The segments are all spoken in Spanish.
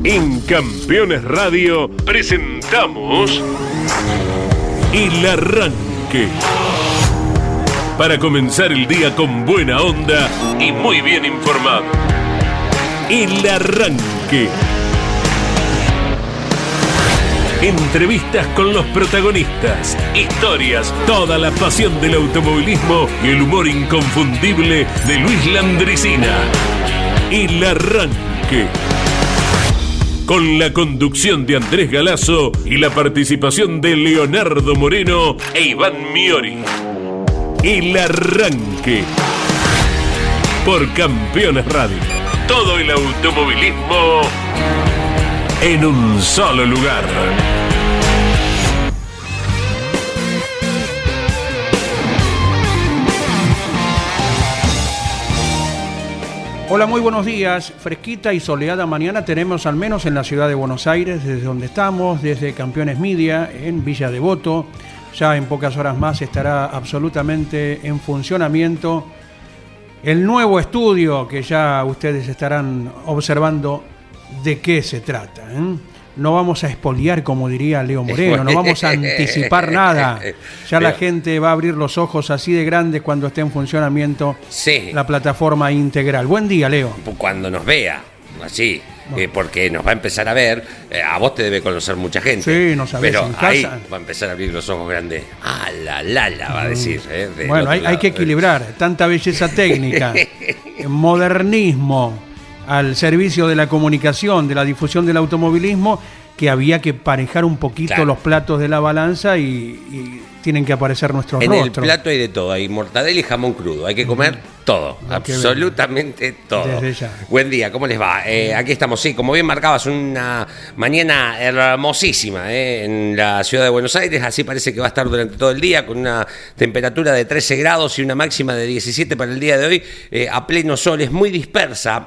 En Campeones Radio presentamos El Arranque. Para comenzar el día con buena onda y muy bien informado. El Arranque. Entrevistas con los protagonistas, historias, toda la pasión del automovilismo y el humor inconfundible de Luis Landricina. El Arranque. Con la conducción de Andrés Galazo y la participación de Leonardo Moreno e Iván Miori. El Arranque. Por Campeones Radio. Todo el automovilismo en un solo lugar. Hola, muy buenos días. Fresquita y soleada mañana tenemos, al menos en la ciudad de Buenos Aires, desde donde estamos, desde Campeones Media, en Villa Devoto. Ya en pocas horas más estará absolutamente en funcionamiento el nuevo estudio que ya ustedes estarán observando de qué se trata, ¿eh? No vamos a espoliar, como diría Leo Moreno, no vamos a anticipar nada. Ya la gente va a abrir los ojos así de grandes cuando esté en funcionamiento la plataforma integral. Buen día, Leo. Cuando nos vea, así, porque nos va a empezar a ver, a vos te debe conocer mucha gente. Sí, no sabés, pero en ahí casa va a empezar a abrir los ojos grandes. Va a decir. Bueno, hay que equilibrar tanta belleza técnica, modernismo al servicio de la comunicación, de la difusión del automovilismo, que había que parejar un poquito los platos de la balanza y tienen que aparecer nuestros rostros. En el plato hay de todo, hay mortadela y jamón crudo, hay que comer todo, absolutamente todo. Desde ya. Buen día, ¿cómo les va? Aquí estamos, sí, como bien marcabas, una mañana hermosísima en la ciudad de Buenos Aires, así parece que va a estar durante todo el día, con una temperatura de 13 grados y una máxima de 17 para el día de hoy, a pleno sol. Es muy dispersa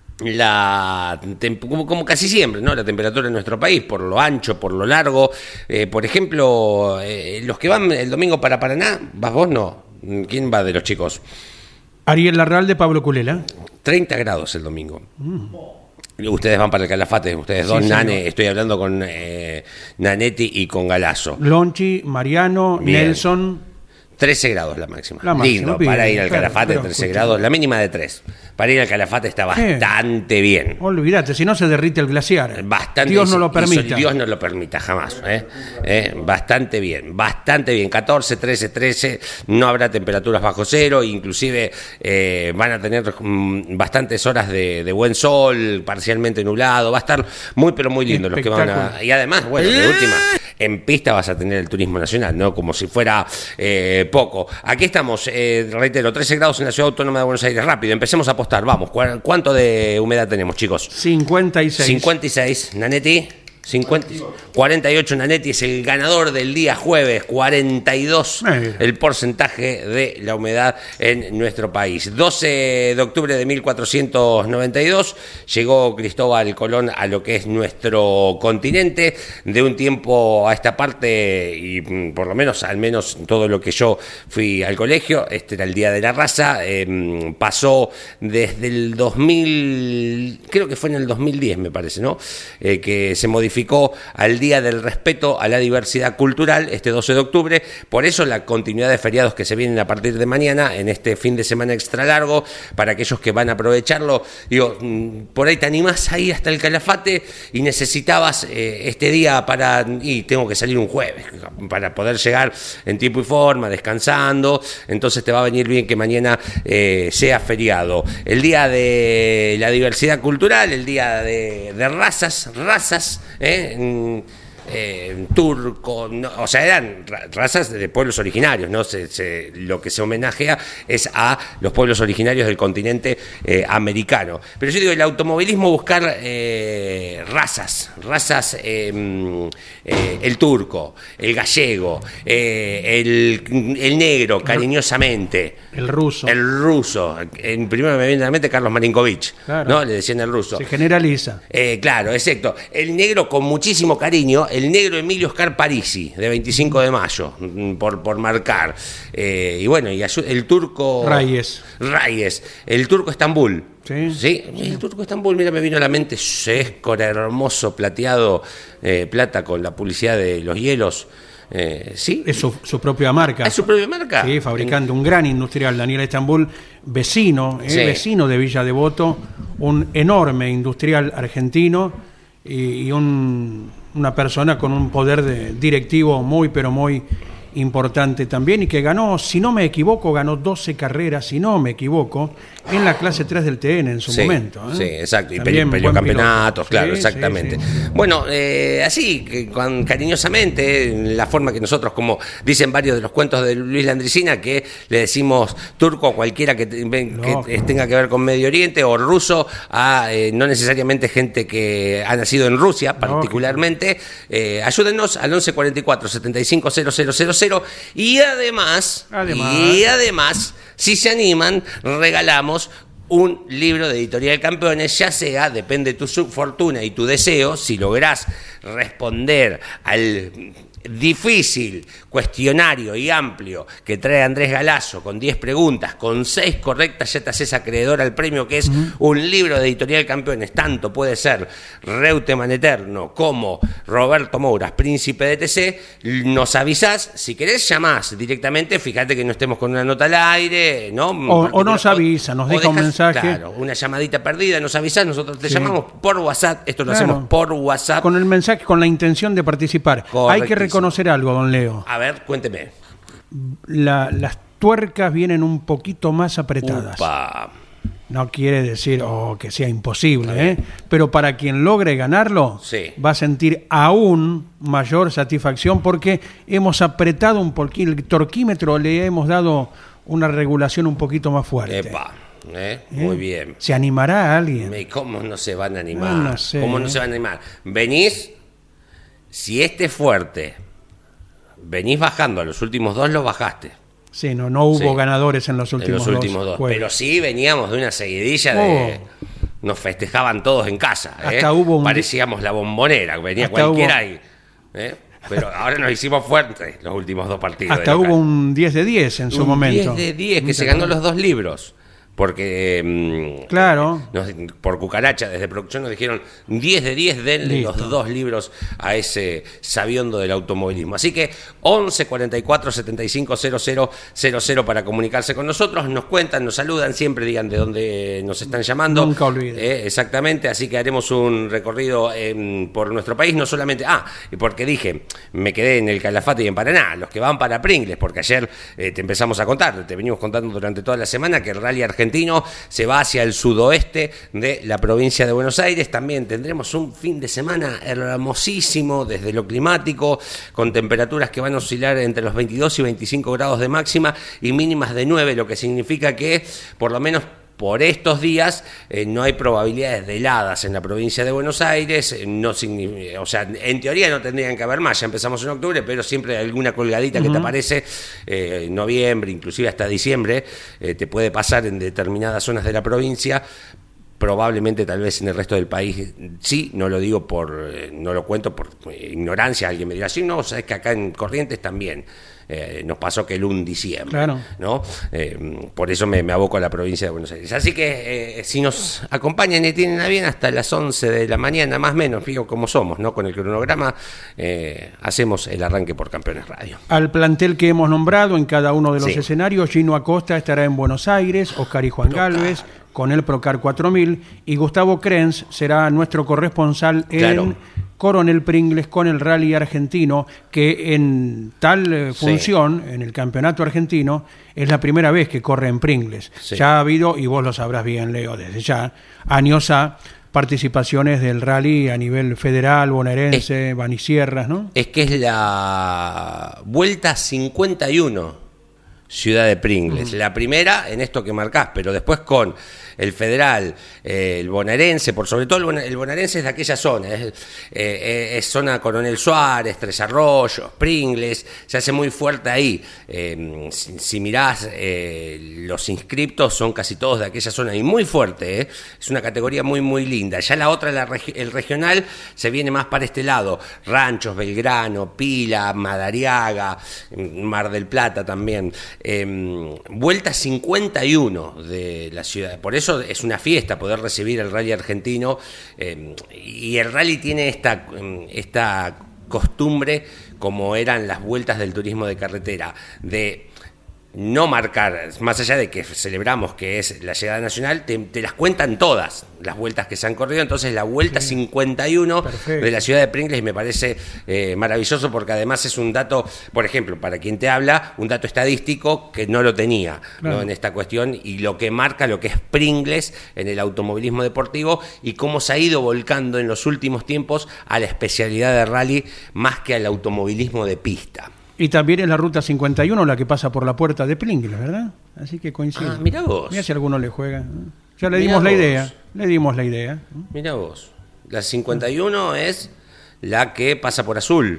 como casi siempre, ¿no? La temperatura en nuestro país, por lo ancho, por lo largo. Por ejemplo, los que van el domingo para Paraná, ¿vas vos? No. ¿Quién va de los chicos? Ariel Larralde, Pablo Culela. 30 grados el domingo. Ustedes van para el Calafate, ustedes dos, Nane, no. Estoy hablando con Nanetti y con Galazo. Lonchi, Mariano, bien. Nelson. 13 grados la máxima. Lindo, bien, para ir al Calafate, 13 grados, la mínima de 3. Para ir al Calafate está bastante bien. Olvídate, si no se derrite el glaciar. Bastante. Dios no lo permita. Dios no lo permita, jamás. Bastante bien, 14, 13, no habrá temperaturas bajo cero, inclusive van a tener bastantes horas de buen sol, parcialmente nublado, va a estar muy pero muy lindo los que van a... Y además, bueno, de última, en pista vas a tener el turismo nacional, ¿no? Como si fuera poco. Aquí estamos, reitero, 13 grados en la Ciudad Autónoma de Buenos Aires. Rápido, empecemos a apostar, vamos. ¿Cuánto de humedad tenemos, chicos? 56. 56, Nanetti. 48, Nanetti es el ganador del día jueves, 42 el porcentaje de la humedad en nuestro país. 12 de octubre de 1492 llegó Cristóbal Colón a lo que es nuestro continente. De un tiempo a esta parte, y por lo menos, al menos todo lo que yo fui al colegio, este era el Día de la Raza, pasó desde el 2000, creo que fue en el 2010 me parece, ¿no? Que se modificó al Día del Respeto a la Diversidad Cultural, este 12 de octubre. Por eso la continuidad de feriados que se vienen a partir de mañana, en este fin de semana extra largo, para aquellos que van a aprovecharlo. Digo, por ahí te animás ahí hasta el Calafate y necesitabas este día y tengo que salir un jueves para poder llegar en tiempo y forma, descansando. Entonces te va a venir bien que mañana sea feriado. El Día de la Diversidad Cultural, el Día de razas, turco, no, o sea, eran razas de pueblos originarios, ¿no? Lo que se homenajea es a los pueblos originarios del continente americano. Pero yo digo, el automovilismo buscar razas, el turco, el gallego, el negro, cariñosamente. El ruso. Primero me viene a la mente Carlos Marinkovic, claro. ¿no? Le decían el ruso. Se generaliza. Claro, exacto. El negro con muchísimo cariño, el negro Emilio Oscar Parisi, de 25 de mayo, por marcar. Y bueno, y el turco... Reyes, el turco Estambul. Sí, el turco Estambul, mira, me vino a la mente Sescor, hermoso plateado, plata con la publicidad de los hielos. Sí. Es su propia marca. ¿Es su propia marca? Sí, fabricando un gran industrial, Daniel Estambul, vecino de Villa Devoto, un enorme industrial argentino y una persona con un poder directivo muy, pero muy importante también, y que ganó, si no me equivoco, ganó 12 carreras, si no me equivoco, en la clase 3 del TN en su momento. Sí, exacto, y peleó campeonatos, claro, exactamente. Sí. Bueno, así, cariñosamente, la forma que nosotros, como dicen varios de los cuentos de Luis Landricina, que le decimos turco a cualquiera que tenga que ver con Medio Oriente, o ruso a no necesariamente gente que ha nacido en Rusia, particularmente, ayúdennos al 1144 750000. Y además, si se animan, regalamos un libro de Editorial Campeones, ya sea, depende de tu fortuna y tu deseo, si lográs responder al difícil cuestionario y amplio que trae Andrés Galazo, con 10 preguntas, con 6 correctas ya te haces acreedor al premio, que es un libro de Editorial Campeones. Tanto puede ser Reutemann Eterno como Roberto Mouras, Príncipe de TC. Nos avisás, si querés llamás directamente, fíjate que no estemos con una nota al aire, ¿no? O nos avisa, nos deja un mensaje. Claro, una llamadita perdida, nos avisás, nosotros te llamamos por WhatsApp, esto lo hacemos por WhatsApp. Con el mensaje, con la intención de participar. Hay que reconocer algo, don Leo. A ver, cuénteme. Las tuercas vienen un poquito más apretadas. Upa. No quiere decir que sea imposible, pero para quien logre ganarlo, va a sentir aún mayor satisfacción, porque hemos apretado un poquito el torquímetro, le hemos dado una regulación un poquito más fuerte. Epa. Muy bien. ¿Se animará alguien? ¿Cómo no se van a animar? No sé, ¿Cómo no se van a animar? Venís, si este es fuerte, venís bajando, a los últimos 2 los bajaste. Sí, no hubo ganadores en los últimos dos. Pero sí veníamos de una seguidilla de... Nos festejaban todos en casa. Parecíamos la Bombonera, venía cualquiera ahí. Pero ahora nos hicimos fuertes los últimos 2 partidos. Hasta hubo un 10 de 10 en su momento. 10 de 10, que se ganó los 2 libros. Porque por cucaracha desde producción nos dijeron 10 de 10, denle los 2 libros a ese sabiondo del automovilismo. Así que 11 44 75 000 para comunicarse con nosotros, nos cuentan, nos saludan, siempre digan de dónde nos están llamando. Nunca olviden. Exactamente, así que haremos un recorrido por nuestro país, no solamente, porque dije, me quedé en el Calafate y en Paraná, los que van para Pringles, porque ayer te empezamos a contar, te venimos contando durante toda la semana que el Rally Argentino se va hacia el sudoeste de la provincia de Buenos Aires. También tendremos un fin de semana hermosísimo desde lo climático, con temperaturas que van a oscilar entre los 22 y 25 grados de máxima y mínimas de 9, lo que significa que por lo menos por estos días no hay probabilidades de heladas en la provincia de Buenos Aires, en teoría no tendrían que haber más, ya empezamos en octubre, pero siempre hay alguna colgadita que te aparece en noviembre, inclusive hasta diciembre, te puede pasar en determinadas zonas de la provincia. Probablemente tal vez en el resto del país sí, no lo digo no lo cuento por ignorancia. Alguien me dirá, sí, no, sabes que acá en Corrientes también nos pasó que el 1 de diciembre, claro. ¿no? Por eso me aboco a la provincia de Buenos Aires. Así que si nos acompañan y tienen a bien hasta las 11 de la mañana, más o menos, fijo como somos, ¿no? Con el cronograma, hacemos el arranque por Campeones Radio. Al plantel que hemos nombrado en cada uno de los escenarios, Gino Acosta estará en Buenos Aires, Oscar y Juan Galvez con el Procar 4000, y Gustavo Krenz será nuestro corresponsal en Coronel Pringles con el Rally Argentino, que en tal función, en el campeonato argentino, es la primera vez que corre en Pringles. Ya ha habido, y vos lo sabrás bien, Leo, desde ya, años participaciones del rally a nivel federal, bonaerense, Banisierras, ¿no? Es que es la vuelta 51. ciudad de Pringles. La primera en esto que marcás, pero después con el Federal, el bonaerense, por sobre todo el bonaerense es de aquella zona, es zona Coronel Suárez, Tres Arroyos, Pringles, se hace muy fuerte ahí. Si mirás, los inscriptos son casi todos de aquella zona y muy fuerte, es una categoría muy muy linda. Ya la otra, el regional, se viene más para este lado, Ranchos, Belgrano, Pila, Madariaga, Mar del Plata también. Vuelta 51 de la ciudad, por eso es una fiesta poder recibir el rally argentino, y el rally tiene esta costumbre, como eran las vueltas del turismo de carretera, de no marcar, más allá de que celebramos que es la llegada nacional, te las cuentan todas las vueltas que se han corrido. Entonces la vuelta 51 Perfecto. De la ciudad de Pringles me parece maravilloso, porque además es un dato, por ejemplo, para quien te habla, un dato estadístico que no lo tenía, claro, ¿no? En esta cuestión, y lo que marca lo que es Pringles en el automovilismo deportivo y cómo se ha ido volcando en los últimos tiempos a la especialidad de rally más que al automovilismo de pista. Y también es la ruta 51 la que pasa por la puerta de Pringles, ¿verdad? Así que coincide. Ah, mirá vos. Mirá si alguno le juega. Ya le dimos la idea. Le dimos la idea. Mirá vos. La 51 es la que pasa por Azul.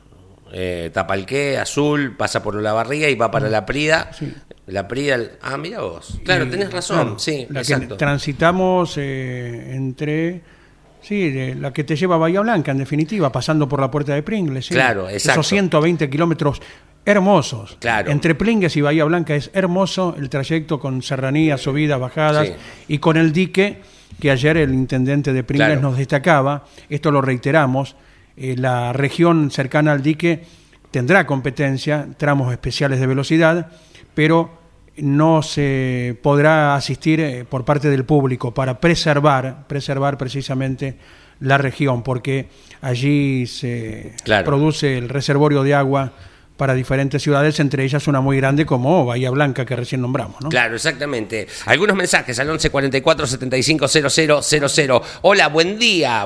Tapalqué, Azul, pasa por Olavarría y va para La Prida. Sí. La Prida. Ah, mirá vos. Claro, tenés razón. Claro, sí, la exacto. Que transitamos entre... Sí, la que te lleva a Bahía Blanca, en definitiva, pasando por la puerta de Pringles. ¿Sí? Claro, exacto. Esos 120 kilómetros hermosos. Claro. Entre Pringles y Bahía Blanca es hermoso el trayecto, con serranías, subidas, bajadas, sí, y con el dique que ayer el intendente de Pringles, claro, nos destacaba. Esto lo reiteramos. La región cercana al dique tendrá competencia, tramos especiales de velocidad, pero no se podrá asistir por parte del público para preservar precisamente la región, porque allí se claro produce el reservorio de agua para diferentes ciudades, entre ellas una muy grande como Bahía Blanca, que recién nombramos, ¿no? Claro, exactamente. Algunos mensajes al 11 44 75 0000. Hola, buen día.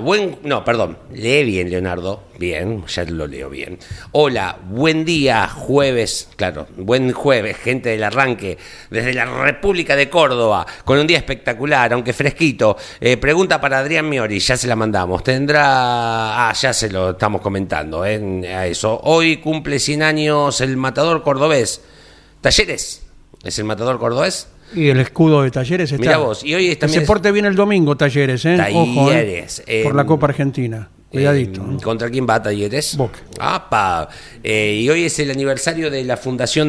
Lee bien, Leonardo. Bien, ya lo leo bien. Hola, buen día, jueves. Claro, buen jueves, gente del arranque, desde la República de Córdoba, con un día espectacular, aunque fresquito. Pregunta para Adrián Miori, ya se la mandamos. Tendrá... ya se lo estamos comentando, a eso. Hoy cumple 100 años el matador cordobés. Talleres, ¿es el matador cordobés? Y el escudo de Talleres está. Mirá vos, y hoy también se porte bien el domingo, Talleres, Talleres. Ojo, por la Copa Argentina. Cuidadito. ¿Contra quién va Talleres? Boca. ¡Apa! Y hoy es el aniversario de la fundación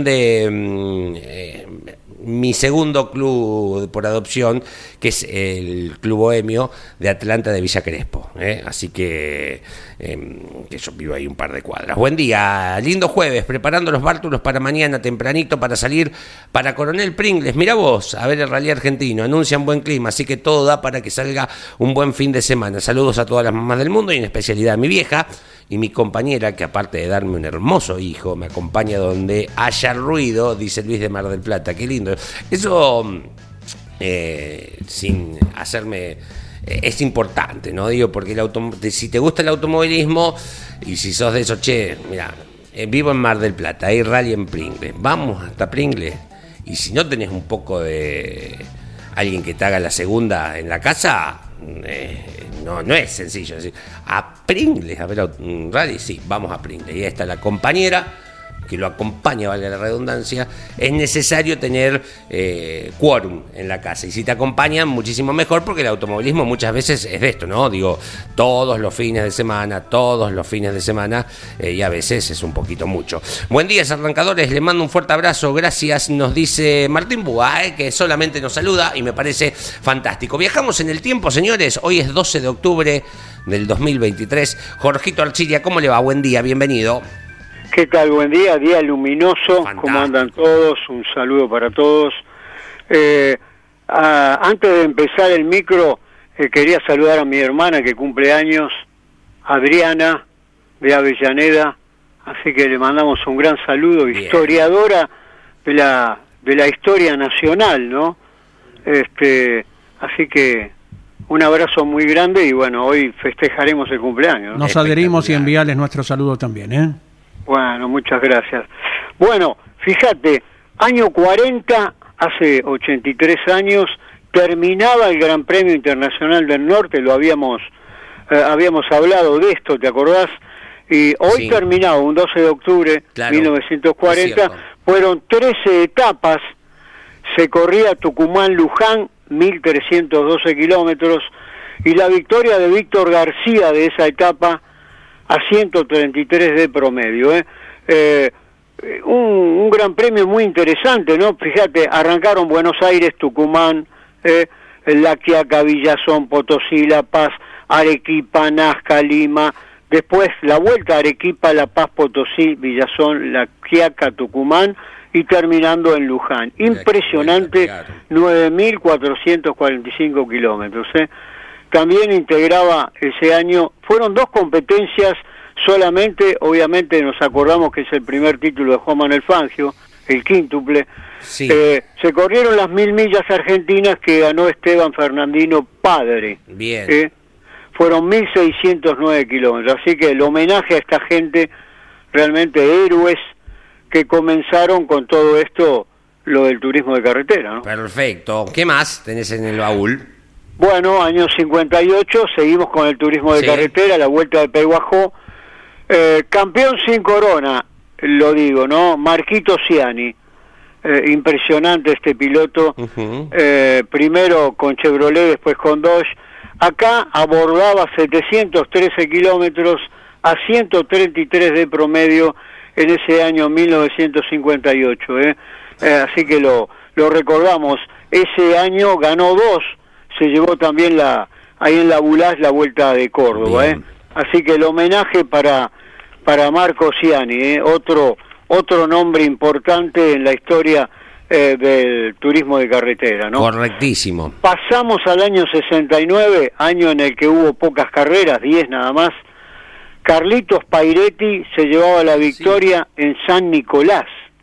de mi segundo club por adopción, que es el Club Bohemio de Atlanta de Villa Crespo. Así que yo vivo ahí un par de cuadras. Buen día, lindo jueves, preparando los bártulos para mañana tempranito para salir para Coronel Pringles. Mirá vos, a ver el rally argentino. Anuncian buen clima, así que todo da para que salga un buen fin de semana. Saludos a todas las mamás del mundo y en especialidad a mi vieja y mi compañera, que aparte de darme un hermoso hijo, me acompaña donde haya ruido, dice Luis de Mar del Plata. Qué lindo. Eso, sin hacerme... es importante, ¿no? Digo, porque si te gusta el automovilismo y si sos de esos, mira, vivo en Mar del Plata, hay rally en Pringles, vamos hasta Pringles, y si no tenés un poco de alguien que te haga la segunda en la casa, no es sencillo. Decir, a Pringles, a ver un rally, sí, vamos a Pringles. Y ahí está la compañera que lo acompaña, valga la redundancia. Es necesario tener quórum en la casa, y si te acompañan, muchísimo mejor, porque el automovilismo muchas veces es de esto, ¿no? Digo, todos los fines de semana, y a veces es un poquito mucho. Buen día, arrancadores, le mando un fuerte abrazo, gracias, nos dice Martín Búa, que solamente nos saluda y me parece fantástico. Viajamos en el tiempo, señores, hoy es 12 de octubre del 2023. Jorgito Archilla, ¿cómo le va? Buen día, bienvenido. ¿Qué tal? Buen día, día luminoso. Fantástico. ¿Cómo andan todos? Un saludo para todos. Antes de empezar el micro, quería saludar a mi hermana que cumple años, Adriana, de Avellaneda. Así que le mandamos un gran saludo, bien, historiadora de la historia nacional, ¿no? Así que un abrazo muy grande y bueno, hoy festejaremos el cumpleaños, ¿no? Nos adherimos y enviarles nuestro saludo también, ¿eh? Bueno, muchas gracias. Bueno, fíjate, Año 40, hace 83 años, terminaba el Gran Premio Internacional del Norte, lo habíamos hablado de esto, ¿te acordás? Y hoy Sí. terminaba, un 12 de octubre Claro, 1940, es cierto. fueron 13 etapas, se corría Tucumán-Luján, 1.312 kilómetros, y la victoria de Víctor García de esa etapa a 133 de promedio. Un gran premio muy interesante, ¿no? Fíjate, arrancaron Buenos Aires, Tucumán, La Quiaca, Villazón, Potosí, La Paz, Arequipa, Nazca, Lima, después la vuelta a Arequipa, La Paz, Potosí, Villazón, La Quiaca, Tucumán, y terminando en Luján. Impresionante, 9.445 kilómetros. También integraba ese año, fueron 2 competencias solamente, obviamente nos acordamos que es el primer título de Juan Manuel Fangio, el quíntuple. Sí. Se corrieron las 1.000 millas argentinas que ganó Esteban Fernandino padre. Bien. Fueron 1.609 kilómetros, así que el homenaje a esta gente, realmente héroes, que comenzaron con todo esto, lo del turismo de carretera, ¿no? Perfecto. ¿Qué más tenés en el baúl? Bueno, año 58, seguimos con el turismo de Sí. carretera, la Vuelta de Peguajó. Campeón sin corona, lo digo, ¿no? Marquito Ciani. Impresionante este piloto. Ujú. Primero con Chevrolet, después con Dodge. Acá abordaba 713 kilómetros a 133 de promedio en ese año 1958. Así que lo recordamos. Ese año ganó 2, se llevó también ahí en la Bulás la Vuelta de Córdoba. Bien. Así que el homenaje para Marco Ciani, otro nombre importante en la historia del turismo de carretera, ¿no? Correctísimo. Pasamos al año 69, año en el que hubo pocas carreras, 10 nada más. Carlitos Pairetti se llevaba la victoria en San Nicolás.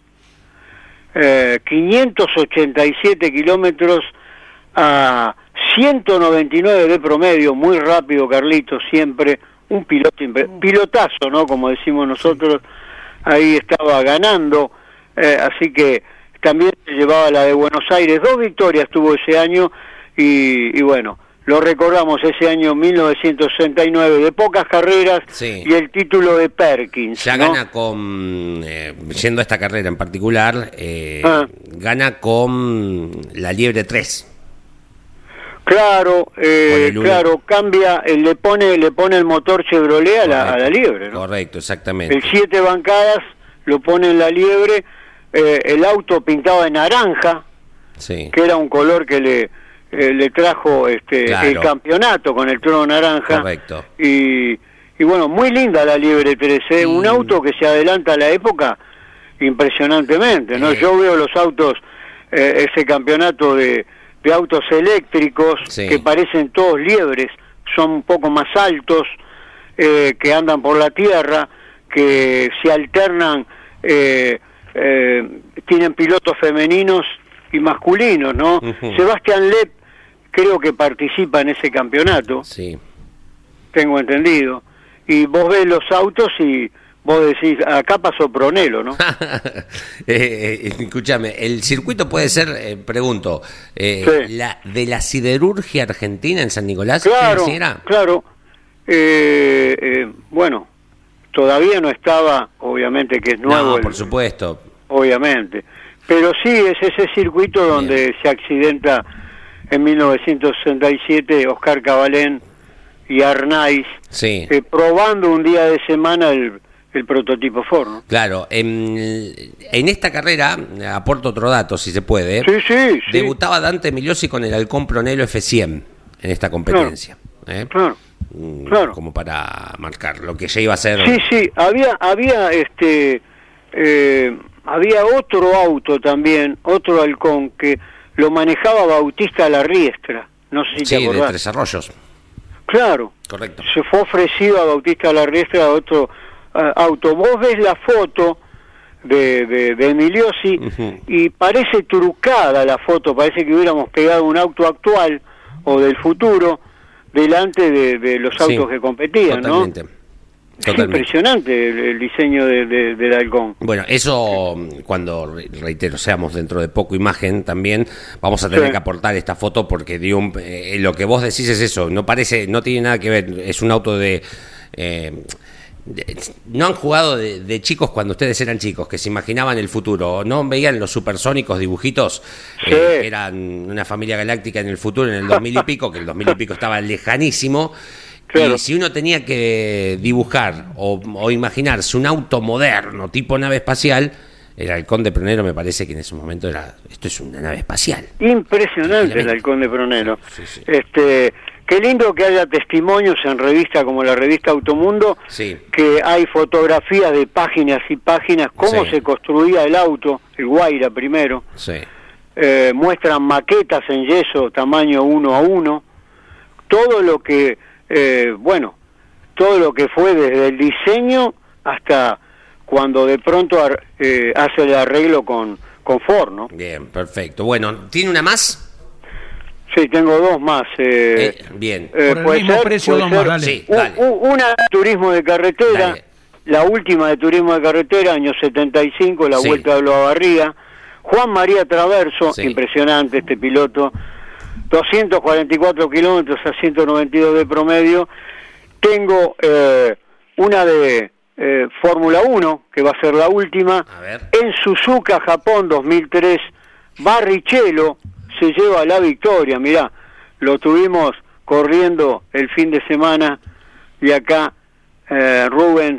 587 kilómetros a 199 de promedio, muy rápido Carlitos, siempre un pilotazo, ¿no? Como decimos nosotros, ahí estaba ganando, así que también se llevaba la de Buenos Aires, 2 victorias tuvo ese año y bueno, lo recordamos ese año 1969, de pocas carreras, Sí. y el título de Perkins, Ya ¿no? gana con, yendo a esta carrera en particular, gana con la Liebre 3. Claro, el uno. claro, cambia, le pone el motor Chevrolet a la Liebre, ¿no? Correcto, exactamente. El 7 bancadas lo pone en la Liebre, el auto pintado de naranja, Sí. que era un color que le trajo Claro. el campeonato con el trono naranja. Correcto. Y bueno, muy linda la Liebre 13, un auto que se adelanta a la época impresionantemente, ¿no? Yo veo los autos, ese campeonato de autos eléctricos, Sí. que parecen todos liebres, son un poco más altos, que andan por la tierra, que se alternan, tienen pilotos femeninos y masculinos, ¿no? Ujú. Sebastián Loeb creo que participa en ese campeonato, Sí. tengo entendido, y vos ves los autos y vos decís, acá pasó Pronelo, ¿no? Escúchame, el circuito puede ser, pregunto, Sí. la de la siderurgia argentina en San Nicolás. Claro, ¿Quién era? claro. Bueno, todavía no estaba, obviamente que es nuevo. No, por supuesto. Obviamente. Pero sí, es ese circuito donde Bien. se accidenta en 1967 Oscar Cabalén y Arnaiz, Sí. probando un día de semana el prototipo Ford, ¿no? Claro, en esta carrera, aporto otro dato si se puede, Sí. debutaba Dante Migliosi con el Halcón Pronelo F100 en esta competencia. Claro. Claro. Como para marcar lo que ya iba a ser. Sí, había había otro auto también, otro halcón que lo manejaba Bautista Larriestra, no sé si te Sí, de acordás. Tres Arroyos. Claro, Correcto. se fue ofrecido a Bautista Larriestra otro auto. Vos ves la foto de Emiliosi Ujú. y parece trucada la foto, parece que hubiéramos pegado un auto actual o del futuro delante de los autos Sí, que competían, totalmente. ¿no? Totalmente. Es impresionante el diseño del halcón. Bueno, eso cuando, reitero, seamos dentro de poco imagen también, vamos a tener que aportar esta foto porque lo que vos decís es eso, no tiene nada que ver, es un auto no han jugado de chicos cuando ustedes eran chicos, que se imaginaban el futuro, no veían los supersónicos dibujitos, que eran una familia galáctica en el futuro, en el 2000 y pico, que el 2000 y pico estaba lejanísimo. Claro. Y si uno tenía que dibujar o imaginarse un auto moderno tipo nave espacial, el halcón de Pronero me parece que en ese momento esto es una nave espacial. Impresionante el halcón de Pronero. Sí. Qué lindo que haya testimonios en revistas como la revista Automundo, que hay fotografías de páginas y páginas, cómo se construía el auto, el Guaira primero. Sí. Muestran maquetas en yeso tamaño 1:1, todo lo que todo lo que fue desde el diseño hasta cuando de pronto hace el arreglo con Ford, ¿no? Bien, perfecto. Bueno, ¿tiene una más? Sí, tengo dos más. Bien. Por el mismo precio, dos más, dale. Sí, dale. Una de turismo de carretera, dale. La última de turismo de carretera, año 75, la Vuelta de Olavarría. Juan María Traverso, impresionante este piloto, 244 kilómetros a 192 de promedio. Tengo una de Fórmula 1, que va a ser la última, en Suzuka, Japón, 2003, Barrichello se lleva la victoria. Mirá, lo tuvimos corriendo el fin de semana, y acá Rubens,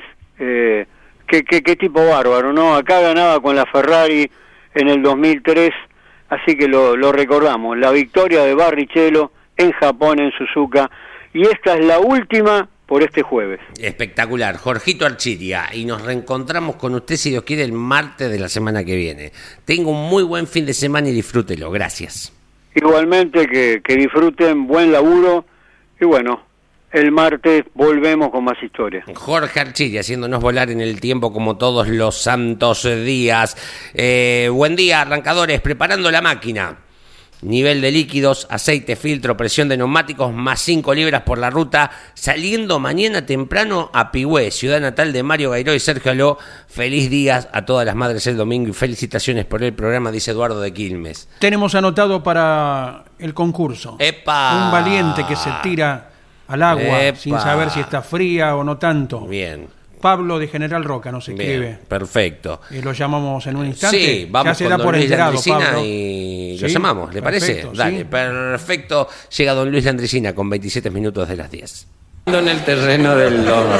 qué tipo bárbaro, ¿no? Acá ganaba con la Ferrari en el 2003, así que lo recordamos, la victoria de Barrichello en Japón, en Suzuka, y esta es la última por este jueves. Espectacular. Jorgito Archiria, y nos reencontramos con usted, si Dios quiere, el martes de la semana que viene. Tenga un muy buen fin de semana y disfrútelo. Gracias. Igualmente, que disfruten, buen laburo, y bueno, el martes volvemos con más historias. Jorge Archiria, haciéndonos volar en el tiempo como todos los santos días. Buen día, arrancadores, preparando la máquina. Nivel de líquidos, aceite, filtro, presión de neumáticos, más 5 libras por la ruta, saliendo mañana temprano a Pigüé, ciudad natal de Mario Gairó y Sergio Aló. Feliz día a todas las madres el domingo y felicitaciones por el programa, dice Eduardo de Quilmes. Tenemos anotado para el concurso. ¡Epa! Un valiente que se tira al agua sin saber si está fría o no tanto. Bien. Pablo de General Roca nos escribe. Bien, perfecto. Lo llamamos en un instante. Sí, vamos ya se da por enterado, Pablo. Y lo llamamos, ¿le parece? Dale, sí. Perfecto. Llega don Luis Landricina con 27 minutos de las 10. En el terreno de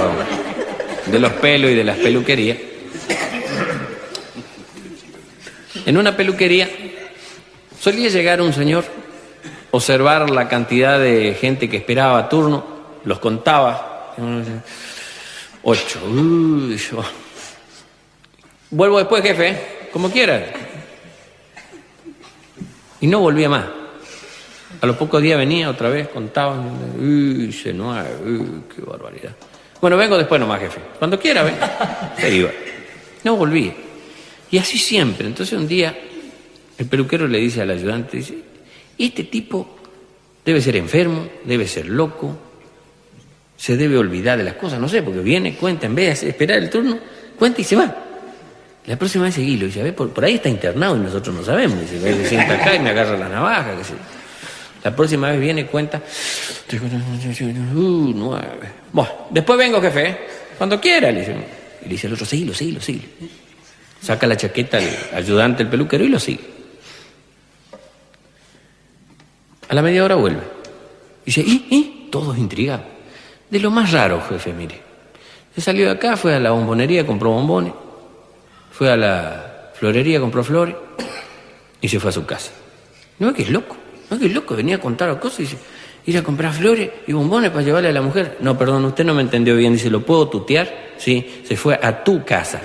los pelos y de las peluquerías. En una peluquería solía llegar un señor, observar la cantidad de gente que esperaba turno, los contaba. 8. Vuelvo después, jefe, como quiera. Y no volvía más. A los pocos días venía otra vez, contaba. 9, qué barbaridad. Bueno, vengo después nomás, jefe. Cuando quiera, ven. Se iba. No volvía. Y así siempre. Entonces un día el peluquero le dice al ayudante, dice, este tipo debe ser enfermo, debe ser loco, se debe olvidar de las cosas, no sé, porque viene, cuenta, en vez de esperar el turno, cuenta y se va. La próxima vez seguilo, y dice, a ver, por ahí está internado y nosotros no sabemos. Dice, se sienta acá y me agarra la navaja. Que se... La próxima vez viene, cuenta, 9. Bueno, después vengo, jefe, cuando quiera, le dice. Y le dice el otro, seguilo. Saca la chaqueta al ayudante, el peluquero, y lo sigue. A la media hora vuelve. Dice, ¿y? Todos intrigados. De lo más raro, jefe, mire. Se salió de acá, fue a la bombonería, compró bombones. Fue a la florería, compró flores. Y se fue a su casa. No es que es loco. Venía a contar cosas y dice, ir a comprar flores y bombones para llevarle a la mujer. No, perdón, usted no me entendió bien. Dice, ¿lo puedo tutear? Sí, se fue a tu casa.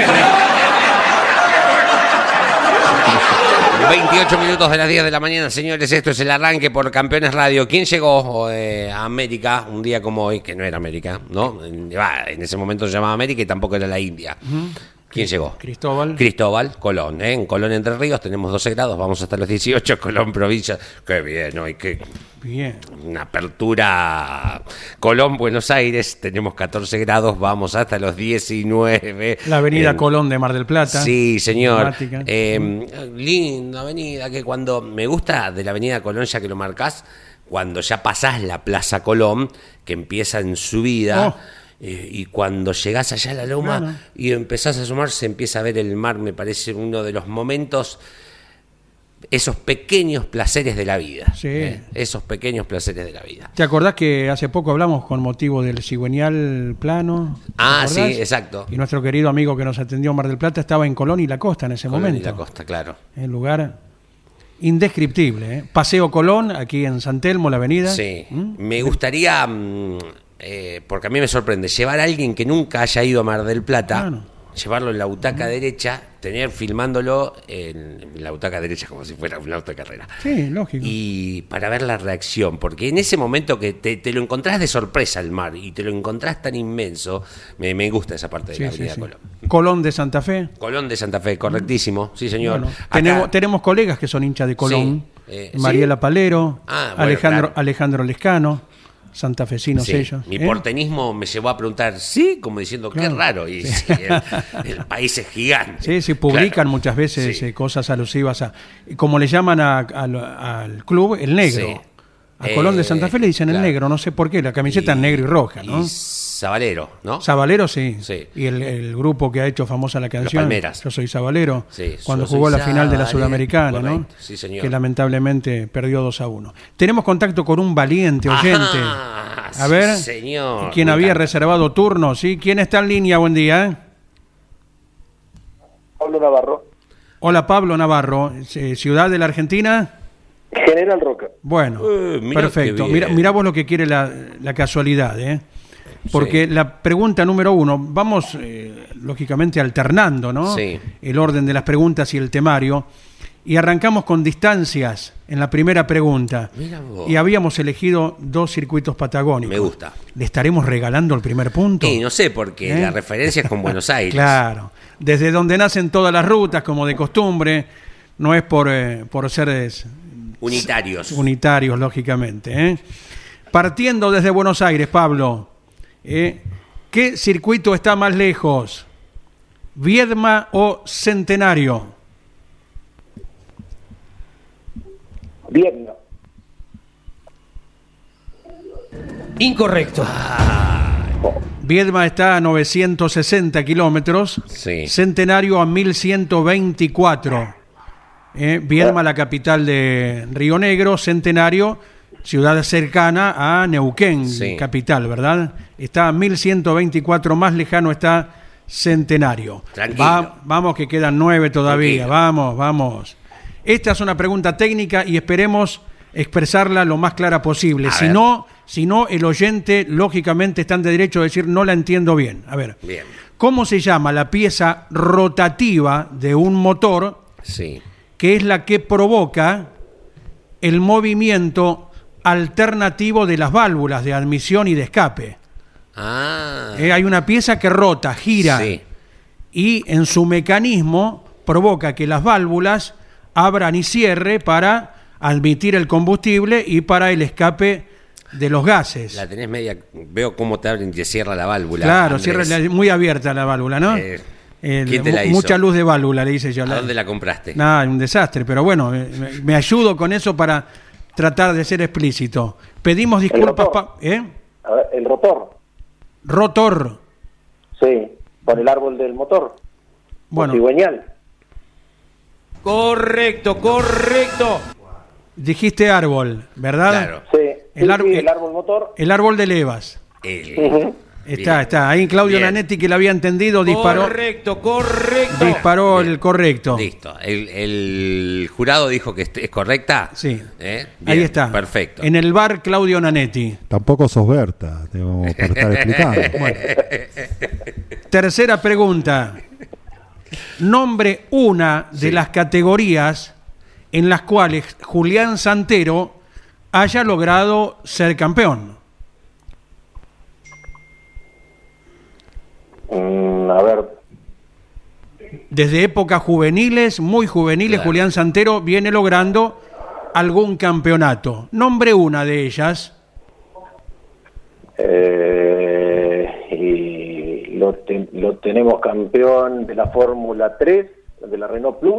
28 minutos de las 10 de la mañana, señores, esto es el arranque por Campeones Radio. ¿Quién llegó a América un día como hoy? Que no era América, ¿no? En ese momento se llamaba América y tampoco era la India. ¿Quién llegó? Cristóbal. Colón. En Colón, Entre Ríos, tenemos 12 grados, vamos hasta los 18. Colón, provincia. Qué bien, ¿no? Bien. Una apertura. Colón, Buenos Aires, tenemos 14 grados, vamos hasta los 19. La avenida Colón de Mar del Plata. Sí, señor. Linda avenida, que cuando me gusta de la avenida Colón, ya que lo marcás, cuando ya pasás la Plaza Colón, que empieza en subida. Y cuando llegás allá a la loma, claro, y empezás a asomar, se empieza a ver el mar. Me parece uno de los momentos, esos pequeños placeres de la vida. Sí. Esos pequeños placeres de la vida. ¿Te acordás que hace poco hablamos con motivo del cigüeñal plano? Sí, exacto. Y nuestro querido amigo que nos atendió en Mar del Plata estaba en Colón y la Costa en ese momento. Colón y la Costa, claro. El lugar indescriptible, ¿eh? Paseo Colón, aquí en San Telmo, la avenida. Sí. Me gustaría... porque a mí me sorprende llevar a alguien que nunca haya ido a Mar del Plata, claro, llevarlo en la butaca derecha, tener filmándolo en la butaca derecha como si fuera un auto de carrera. Sí, lógico. Y para ver la reacción, porque en ese momento que te lo encontrás de sorpresa el mar y te lo encontrás tan inmenso, me gusta esa parte de la avenida Colón. Colón de Santa Fe. Colón de Santa Fe, correctísimo, sí señor. Bueno, tenemos colegas que son hinchas de Colón. Sí, Mariela Palero, Alejandro Lescano. Santafesinos ellos. Mi porteñismo me llevó a preguntar, como diciendo, claro, qué raro. Y el país es gigante. Sí, publican muchas veces cosas alusivas a... Como le llaman al club, el negro. Sí. A Colón de Santa Fe le dicen el negro, no sé por qué, la camiseta es negra y roja, ¿no? Sabalero, ¿no? Sabalero, sí. Y el grupo que ha hecho famosa la canción, Los Palmeras. Yo soy Sabalero, cuando jugó la final de la Sudamericana, correcto, ¿no? Sí, señor. Que lamentablemente perdió 2-1. Tenemos contacto con un valiente oyente. A ver, señor. ¿Quién había reservado turno? ¿Sí? ¿Quién está en línea? Buen día. Pablo Navarro. Hola, Pablo Navarro. ¿Ciudad de la Argentina? General Roca. Bueno, perfecto. Mirá vos lo que quiere la casualidad, ¿eh? Porque la pregunta número 1, vamos lógicamente alternando, ¿no? Sí. El orden de las preguntas y el temario. Y arrancamos con distancias en la primera pregunta. Mira vos. Y habíamos elegido 2 circuitos patagónicos. Me gusta. ¿Le estaremos regalando el primer punto? Sí, no sé, porque la referencia es con Buenos Aires. Claro. Desde donde nacen todas las rutas, como de costumbre, no es por ser... Unitarios. Unitarios, lógicamente. Partiendo desde Buenos Aires, Pablo, ¿qué circuito está más lejos? ¿Viedma o Centenario? Viedma. Incorrecto. Viedma está a 960 kilómetros, Centenario a 1124. Viedma, la capital de Río Negro, Centenario, ciudad cercana a Neuquén, capital, ¿verdad? Está a 1124, más lejano está Centenario. Vamos que quedan 9 todavía, vamos. Esta es una pregunta técnica y esperemos expresarla lo más clara posible. Si no, el oyente, lógicamente, está de derecho a decir no la entiendo bien. A ver, ¿cómo se llama la pieza rotativa de un motor que es la que provoca el movimiento alternativo de las válvulas de admisión y de escape? Hay una pieza que rota, gira, y en su mecanismo provoca que las válvulas abran y cierre para admitir el combustible y para el escape de los gases. La tenés media, veo cómo te abren y cierra la válvula. Claro, cierra muy abierta la válvula, ¿no? ¿Quién te la hizo? Mucha luz de válvula, le hice yo. ¿A dónde la compraste? Un desastre, pero bueno, me ayudo con eso para tratar de ser explícito. Pedimos disculpas. A ver, el rotor. Rotor. Sí, por el árbol del motor. Bueno. Cigüeñal. Correcto. Dijiste árbol, ¿verdad? Claro. Sí, el árbol motor. El árbol de levas. Está. Ahí Claudio Nanetti, que lo había entendido, disparó. Correcto. Disparó el correcto. Listo. El jurado dijo que es correcta. Sí. Ahí está. Perfecto. En el bar, Claudio Nanetti. Tampoco sos Berta, tengo que estar explicando. Bueno. Tercera pregunta. Nombre una de las categorías en las cuales Julián Santero haya logrado ser campeón. A ver. desde épocas juveniles, muy juveniles, Claro. Julián Santero viene logrando algún campeonato. Nombre una de ellas. Y lo tenemos campeón de la Fórmula 3, de la Renault Plus.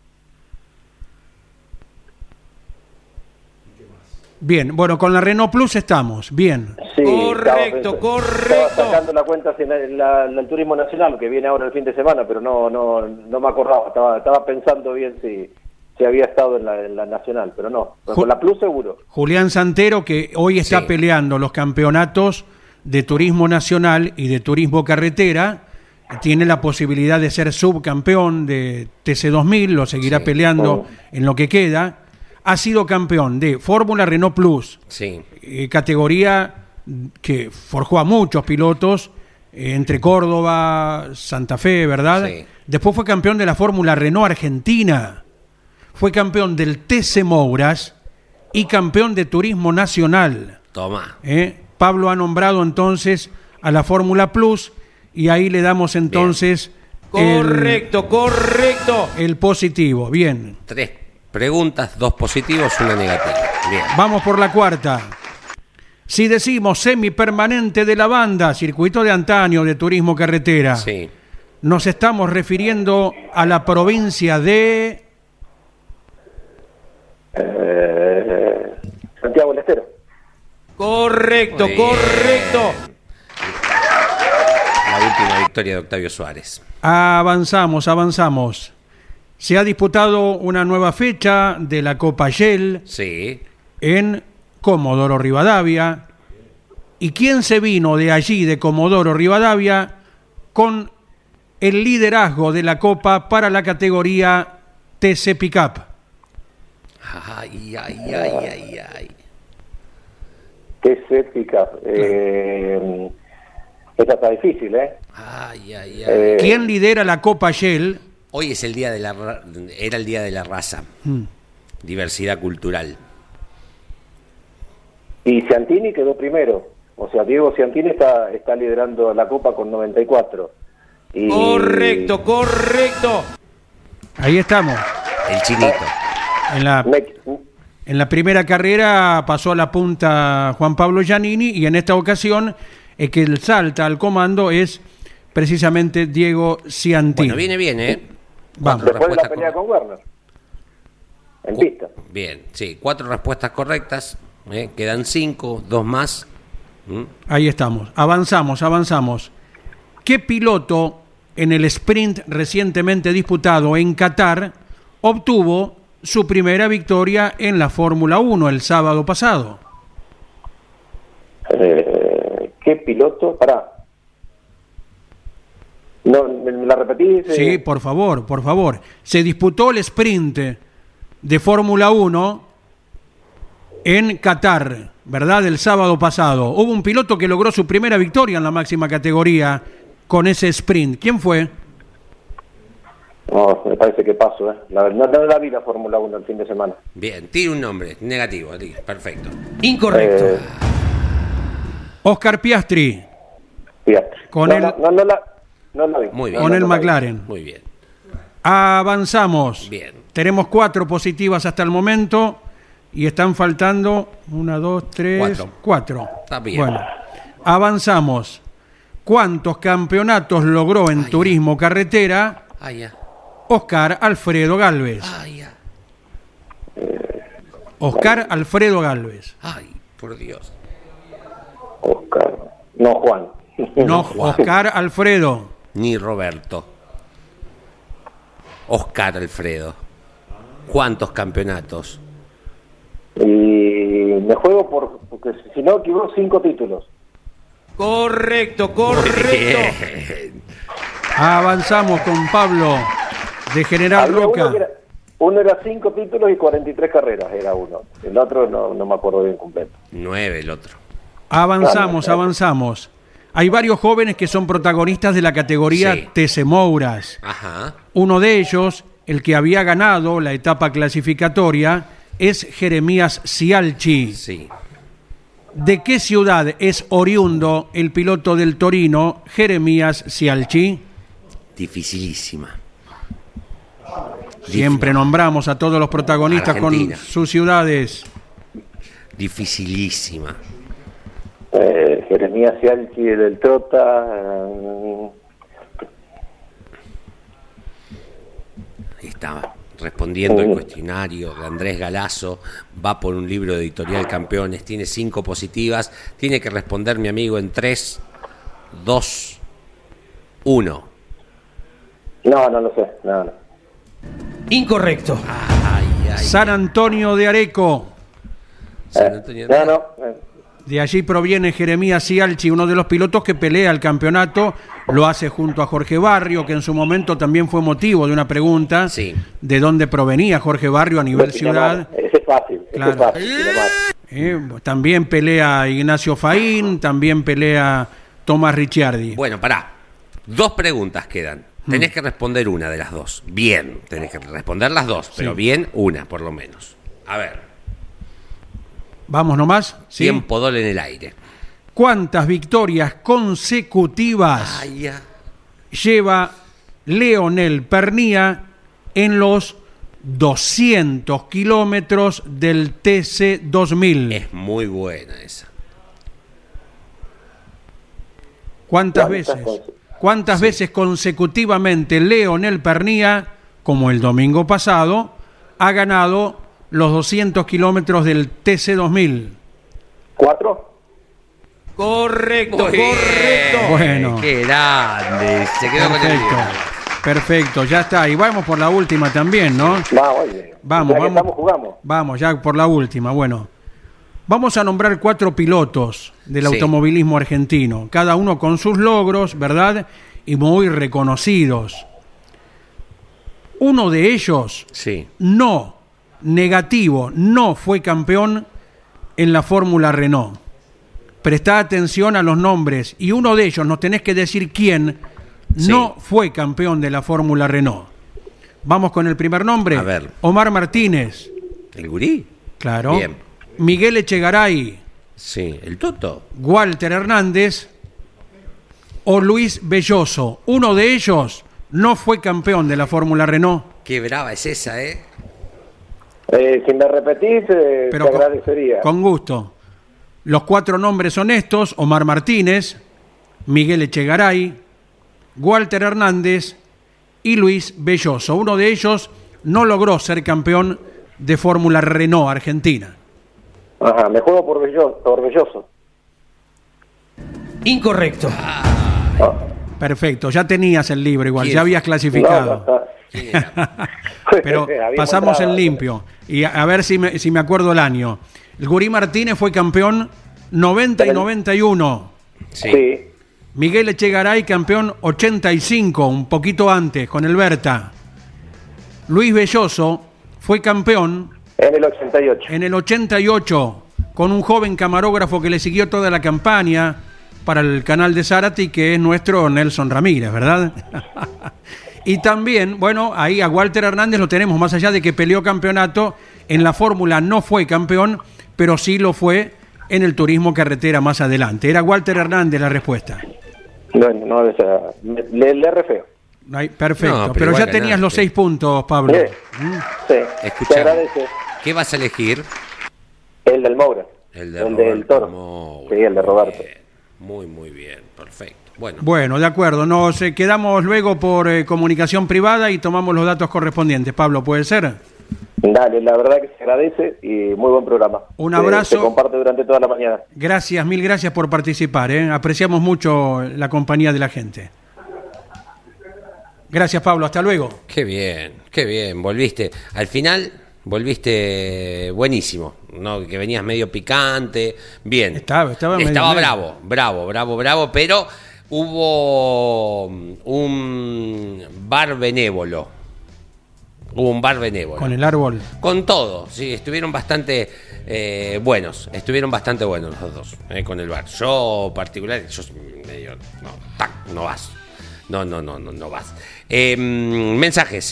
Bien, bueno, con la Renault Plus estamos, bien. Sí, Correcto. Estaba sacando la cuenta en el turismo nacional, que viene ahora el fin de semana, pero no me acordaba. Estaba pensando bien si había estado en la nacional, pero no. Pero con la Plus seguro. Julián Santero, que hoy está Sí. peleando los campeonatos de turismo nacional y de turismo carretera, tiene la posibilidad de ser subcampeón de TC2000, lo seguirá Sí. peleando en lo que queda. Ha sido campeón de Fórmula Renault Plus, Sí. categoría que forjó a muchos pilotos, entre Córdoba, Santa Fe, ¿verdad? Sí. Después fue campeón de la Fórmula Renault Argentina, fue campeón del TC Mouras y campeón de Turismo Nacional. Toma. Pablo ha nombrado entonces a la Fórmula Plus y ahí le damos entonces Correcto. el positivo. Bien, 3 preguntas, 2 positivos, 1 negativa. Bien. vamos por la cuarta. Si decimos semipermanente de la banda, circuito de antaño de turismo carretera, Sí. nos estamos refiriendo a la provincia de... Santiago del Estero. Correcto. Muy bien. La última victoria de Octavio Suárez. Avanzamos. Se ha disputado una nueva fecha de la Copa Shell Sí. en Comodoro Rivadavia. ¿Y quién se vino de allí, de Comodoro Rivadavia, con el liderazgo de la Copa para la categoría TC Pickup? Ay. Que se pica. Esta está difícil, ¿eh? Ay. ¿Quién lidera la Copa Shell? Hoy es el día de era el día de la raza. Diversidad cultural. Y Ciantini quedó primero. O sea, Diego Ciantini está liderando la Copa con 94. Y... Correcto. Ahí estamos. El chinito. En la primera carrera pasó a la punta Juan Pablo Giannini y en esta ocasión el que salta al comando es precisamente Diego Ciantini. Bueno, viene bien, ¿eh? Vamos. Después de la pelea con Werner. En pista. Bien, sí, 4 respuestas correctas. Quedan 5, 2 más. Ahí estamos. Avanzamos. ¿Qué piloto en el sprint recientemente disputado en Qatar obtuvo su primera victoria en la Fórmula 1 el sábado pasado? ¿Qué piloto? Pará. No, ¿me la repetís? Sí, por favor. Se disputó el sprint de Fórmula 1 en Qatar, ¿verdad? El sábado pasado. Hubo un piloto que logró su primera victoria en la máxima categoría con ese sprint. ¿Quién fue? No, me parece que paso, ¿eh? No la vi la Fórmula 1 el fin de semana. Bien, tire un nombre negativo. Perfecto. Incorrecto. Oscar Piastri. Fíjate. Con No la vi. Muy bien. Con el no la vi. McLaren. Muy bien. Avanzamos. Bien. Tenemos 4 positivas hasta el momento y están faltando 1, 2, 3, 4. Está bien. Bueno, avanzamos. ¿Cuántos campeonatos logró en turismo carretera Oscar Alfredo Gálvez? Oscar Alfredo Gálvez. Ay, por Dios. Oscar. No, Juan. No, Oscar Alfredo. Ni Roberto. Oscar Alfredo. ¿Cuántos campeonatos? Y me juego porque si no equivoco 5 títulos. Correcto. Bien. Avanzamos con Pablo de General Había Roca. uno era 5 títulos y 43 carreras, era uno. El otro no me acuerdo bien completo. 9 el otro. Avanzamos. Hay varios jóvenes que son protagonistas de la categoría Sí. TC Mouras. Ajá. Uno de ellos, el que había ganado la etapa clasificatoria, es Jeremías Cialchi. Sí. ¿De qué ciudad es oriundo el piloto del Torino, Jeremías Cialchi? Dificilísima. Siempre nombramos a todos los protagonistas Argentina. con sus ciudades. Dificilísima. Jeremías Cialchi del Trota. Ahí estaba, respondiendo el cuestionario de Andrés Galazo. Va por un libro de Editorial Campeones. Tiene 5 positivas. Tiene que responder mi amigo en 3, 2, 1. No lo sé. No. Incorrecto. San Antonio de Areco. San Antonio. No. De allí proviene Jeremías Cialchi, uno de los pilotos que pelea el campeonato. Lo hace junto a Jorge Barrio, que en su momento también fue motivo de una pregunta. Sí. De dónde provenía Jorge Barrio a nivel ciudad. Ese es fácil. Claro. Ese es fácil. También pelea Ignacio Faín, también pelea Tomás Ricciardi. Bueno, pará. 2 preguntas quedan. Tenés que responder una de las 2. Bien. Tenés que responder las 2, pero bien una, por lo menos. A ver. Vamos nomás. ¿Sí? Tiempo doble en el aire. ¿Cuántas victorias consecutivas lleva Leonel Pernía en los 200 kilómetros del TC 2000? Es muy buena esa. ¿Cuántas veces consecutivamente Leonel Pernía, como el domingo pasado, ha ganado los 200 kilómetros del TC 2000? 4. Correcto. Bueno. Qué grande. Se quedó con el Perfecto. libro. Perfecto, ya está. Y vamos por la última también, ¿no? Vamos. Jugamos. Vamos, ya por la última. Bueno, vamos a nombrar 4 pilotos del Sí. automovilismo argentino, cada uno con sus logros, ¿verdad? Y muy reconocidos. Uno de ellos, Sí. no fue campeón en la Fórmula Renault. Prestá atención a los nombres y uno de ellos, nos tenés que decir quién no fue campeón de la Fórmula Renault. Vamos con el primer nombre. A ver. Omar Martínez. ¿El gurí? Claro. Bien. Miguel Echegaray, Sí. ¿El Toto? Walter Hernández o Luis Belloso. Uno de ellos no fue campeón de la Fórmula Renault. Qué brava es esa, ¿eh? Si me repetís, te Pero agradecería. con gusto. Los 4 nombres son estos: Omar Martínez, Miguel Echegaray, Walter Hernández y Luis Belloso. Uno de ellos no logró ser campeón de Fórmula Renault Argentina. Ajá, me juego por Belloso. Incorrecto. Perfecto, ya tenías el libro igual, ¿Quién? ya habías clasificado. No. Pero Habíamos pasamos entrado. en limpio. Y a ver si me acuerdo el año. El Gurí Martínez fue campeón 90 y 91. Sí. Miguel Echegaray campeón 85, un poquito antes, con el Berta. Luis Belloso fue campeón En el 88. en el 88, con un joven camarógrafo que le siguió toda la campaña para el canal de Zárate, que es nuestro Nelson Ramírez, ¿verdad? Y también, bueno, ahí a Walter Hernández lo tenemos, más allá de que peleó campeonato, en la Fórmula no fue campeón, pero sí lo fue en el turismo carretera más adelante. Era Walter Hernández la respuesta. No, le re feo. Perfecto, No, pero pero igual ya tenías ganaste. los 6 puntos, Pablo. Sí, te Escuchame. agradece. ¿Qué vas a elegir? El del Moura. El del Roberto Toro. Moura. Sí, el de Roberto. Muy bien, perfecto. Bueno, de acuerdo. Nos quedamos luego por comunicación privada y tomamos los datos correspondientes. Pablo, ¿puede ser? Dale, la verdad que se agradece y muy buen programa. Un abrazo. Se comparte durante toda la mañana. Gracias, mil gracias por participar. Apreciamos mucho la compañía de la gente. Gracias, Pablo. Hasta luego. Qué bien. Volviste. Al final, volviste buenísimo. ¿No? Que venías medio picante. Bien. Estaba medio bravo, pero hubo un bar benévolo. Con el árbol. Con todo, sí, estuvieron bastante buenos los dos, con el bar. Yo particular, yo medio, no vas. No vas. Mensajes.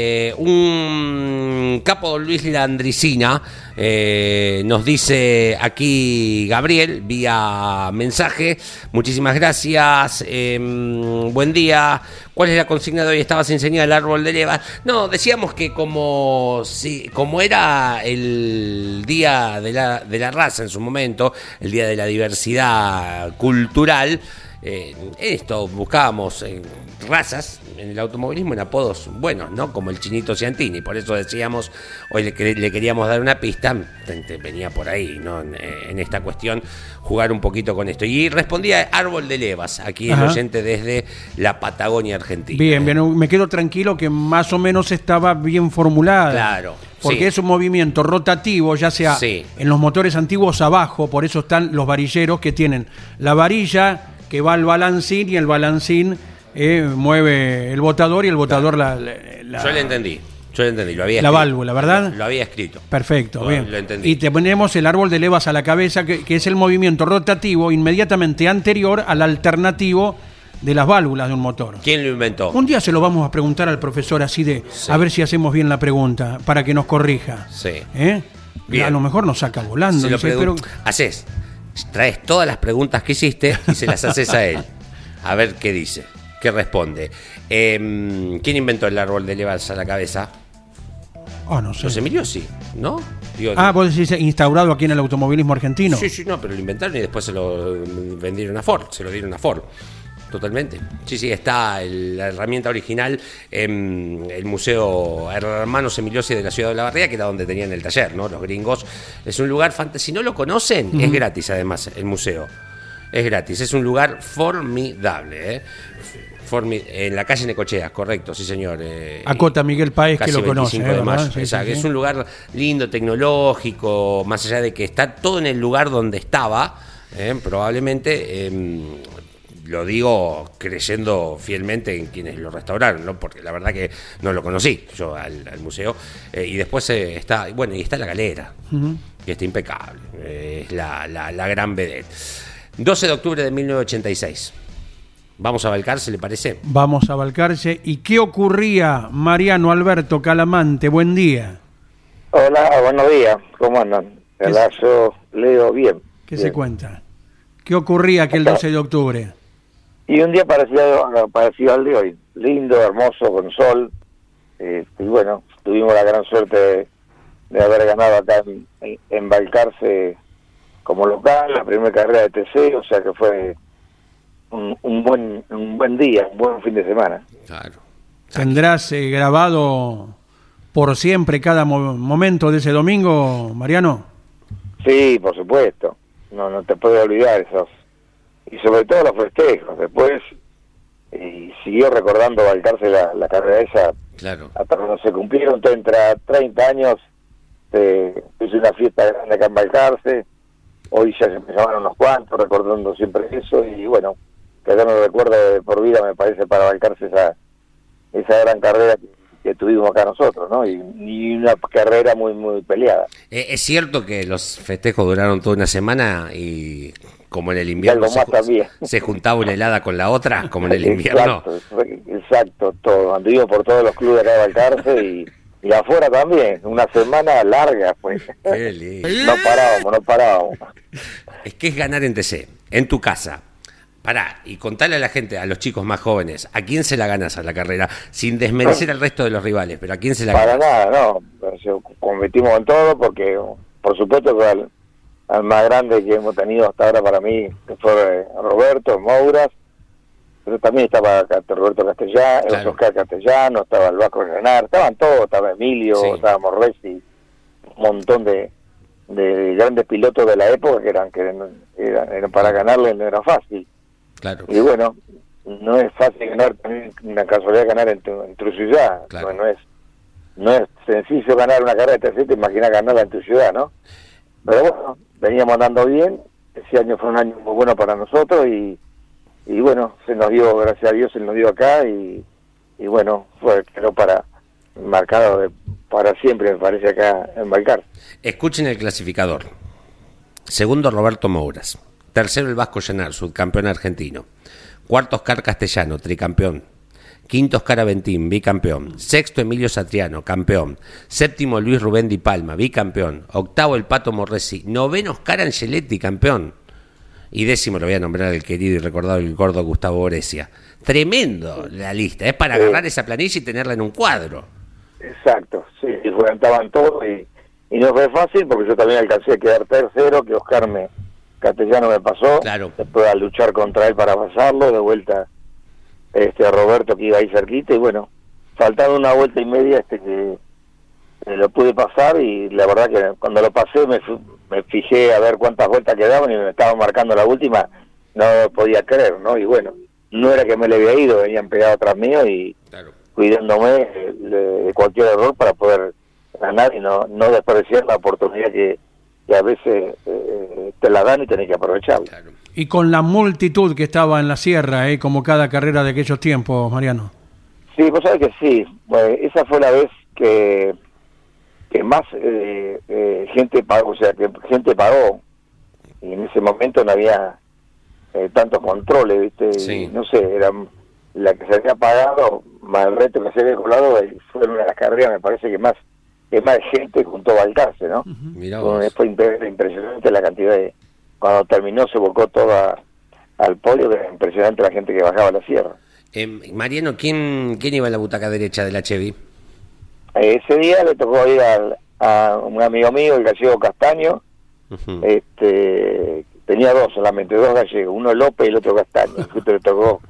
Un capo Luis Landricina nos dice aquí Gabriel vía mensaje. Muchísimas gracias. Buen día. ¿Cuál es la consigna de hoy? Estaba sin señal el árbol de levas. No, decíamos que como era el día de la raza en su momento, el día de la diversidad cultural. Esto buscábamos razas en el automovilismo en apodos buenos, ¿no? Como el Chinito Ciantini, por eso decíamos, hoy le queríamos dar una pista, venía por ahí, ¿no? En esta cuestión, jugar un poquito con esto. Y respondía Árbol de Levas, aquí el oyente desde la Patagonia Argentina. Bien, me quedo tranquilo que más o menos estaba bien formulada. Claro. Porque es un movimiento rotativo, ya sea en los motores antiguos abajo, por eso están los varilleros que tienen la varilla que va al balancín y el balancín mueve el botador y el botador Yo le entendí, lo había escrito. La válvula, ¿verdad? Lo había escrito. Perfecto, bien. Lo entendí. Y te ponemos el árbol de levas a la cabeza, que es el movimiento rotativo inmediatamente anterior al alternativo de las válvulas de un motor. ¿Quién lo inventó? Un día se lo vamos a preguntar al profesor así a ver si hacemos bien la pregunta, para que nos corrija. Sí. Bien. A lo mejor nos saca volando. Traes todas las preguntas que hiciste y se las haces a él. A ver qué dice, qué responde. ¿Quién inventó el árbol de levas a la cabeza? No sé. Los Emiliosi, ¿no? Vos decís instaurado aquí en el automovilismo argentino. Sí, no, pero lo inventaron y después se lo vendieron a Ford, se lo dieron a Ford. Totalmente. Sí, está la herramienta original en el Museo Hermanos Emiliosi de la Ciudad de La Barría, que era donde tenían el taller, ¿no? Los gringos. Es un lugar fantástico. Si no lo conocen, es gratis además el museo. Es gratis, es un lugar formidable, en la calle Necochea, correcto, sí señor. Acota Miguel Páez, que lo conoce. De mayo, sí. Es un lugar lindo, tecnológico, más allá de que está todo en el lugar donde estaba, probablemente... lo digo creyendo fielmente en quienes lo restauraron, ¿no? Porque la verdad que no lo conocí yo al museo. Y después está la galera, que está impecable. Es la gran vedette. 12 de octubre de 1986. Vamos a Balcarce, ¿le parece? Vamos a Balcarce. ¿Y qué ocurría, Mariano Alberto Calamante? Buen día. Hola, buenos días. ¿Cómo andan? Yo leo bien. ¿Qué se cuenta? ¿Qué ocurría aquel 12 de octubre? Y un día parecido al de hoy, lindo, hermoso, con sol, y bueno, tuvimos la gran suerte de haber ganado acá en Balcarce como local, la primera carrera de TC, o sea que fue un buen día, un buen fin de semana. Claro. ¿Tendrás grabado por siempre cada momento de ese domingo, Mariano? Sí, por supuesto, no te puedo olvidar esos. Y sobre todo los festejos. Después siguió recordando Balcarce la carrera esa. Claro. Hasta cuando se cumplieron 30 años, hice una fiesta grande acá en Balcarce. Hoy ya se empezaban unos cuantos recordando siempre eso. Y bueno, quedaron el recuerdo de por vida, me parece, para Balcarce esa gran carrera que tuvimos acá nosotros, ¿no? Y una carrera muy, muy peleada. Es cierto que los festejos duraron toda una semana y... como en el invierno se juntaba una helada con la otra, como en el invierno. Exacto, todo. Anduvimos por todos los clubes acá de Balcarce y afuera también. Una semana larga, pues. Qué lindo. No parábamos. Es que es ganar en TC, en tu casa. Pará, y contale a la gente, a los chicos más jóvenes, ¿a quién se la ganas a la carrera? Sin desmerecer al resto de los rivales, pero ¿a quién se la ganas? Para nada, no. Competimos en todo porque, por supuesto, que al más grande que hemos tenido hasta ahora para mí, que fue Roberto Mouras, pero también estaba Roberto Castellano, claro. Oscar Castellano, estaba el Vasco Renar, estaban todos, estaba Emilio, estaba Morresi, un montón de grandes pilotos de la época que eran para ganarle no era fácil. Claro. Y bueno, no es fácil ganar, también una casualidad ganar en tu ciudad, claro. No es sencillo ganar una carrera de TC, te imaginas ganarla en tu ciudad, ¿no? Pero bueno, veníamos andando bien, ese año fue un año muy bueno para nosotros y bueno, se nos dio, gracias a Dios, se nos dio acá y bueno, quedó marcado para siempre, me parece, acá en Balcarce. Escuchen el clasificador. Segundo, Roberto Mouras. Tercero, el Vasco Llenar, subcampeón argentino. Cuarto, Oscar Castellano, tricampeón. Quinto, Oscar Aventín, bicampeón. Sexto, Emilio Satriano, campeón. Séptimo, Luis Rubén Di Palma, bicampeón. Octavo, el Pato Morresi. Noveno, Oscar Angeletti, campeón. Y décimo, lo voy a nombrar el querido y recordado el gordo Gustavo Brescia. Tremendo la lista, es para agarrar esa planilla y tenerla en un cuadro. Exacto, sí, y estaban todos y no fue fácil porque yo también alcancé a quedar tercero, que Oscar Castellano me pasó, claro. Después a luchar contra él para pasarlo, de vuelta a Roberto que iba ahí cerquita, y bueno, faltando una vuelta y media que lo pude pasar, y la verdad que cuando lo pasé me fijé a ver cuántas vueltas quedaban y me estaba marcando la última, no podía creer, ¿no? Y bueno, no era que me le había ido, venían pegado atrás mío y claro. Cuidándome de cualquier error para poder ganar y no desperdiciar la oportunidad que a veces te la dan y tenés que aprovecharla. Claro. Y con la multitud que estaba en la sierra, como cada carrera de aquellos tiempos, Mariano. Sí, vos sabés que sí. Bueno, esa fue la vez que más gente pagó, o sea, que gente pagó. Y en ese momento no había tantos controles, ¿viste? Sí. Y, no sé, era la que se había pagado, más el reto que se había colado, fue una de las carreras, me parece que más gente juntó a Balcarce, ¿no? Mirá vos. Fue impresionante la cantidad de... Cuando terminó se volcó toda al podio, era impresionante la gente que bajaba la sierra. Mariano, ¿quién iba en la butaca derecha de la Chevy? Ese día le tocó ir a un amigo mío, el gallego Castaño. Uh-huh. Tenía dos solamente, dos gallegos, uno López y el otro Castaño. Justo le tocó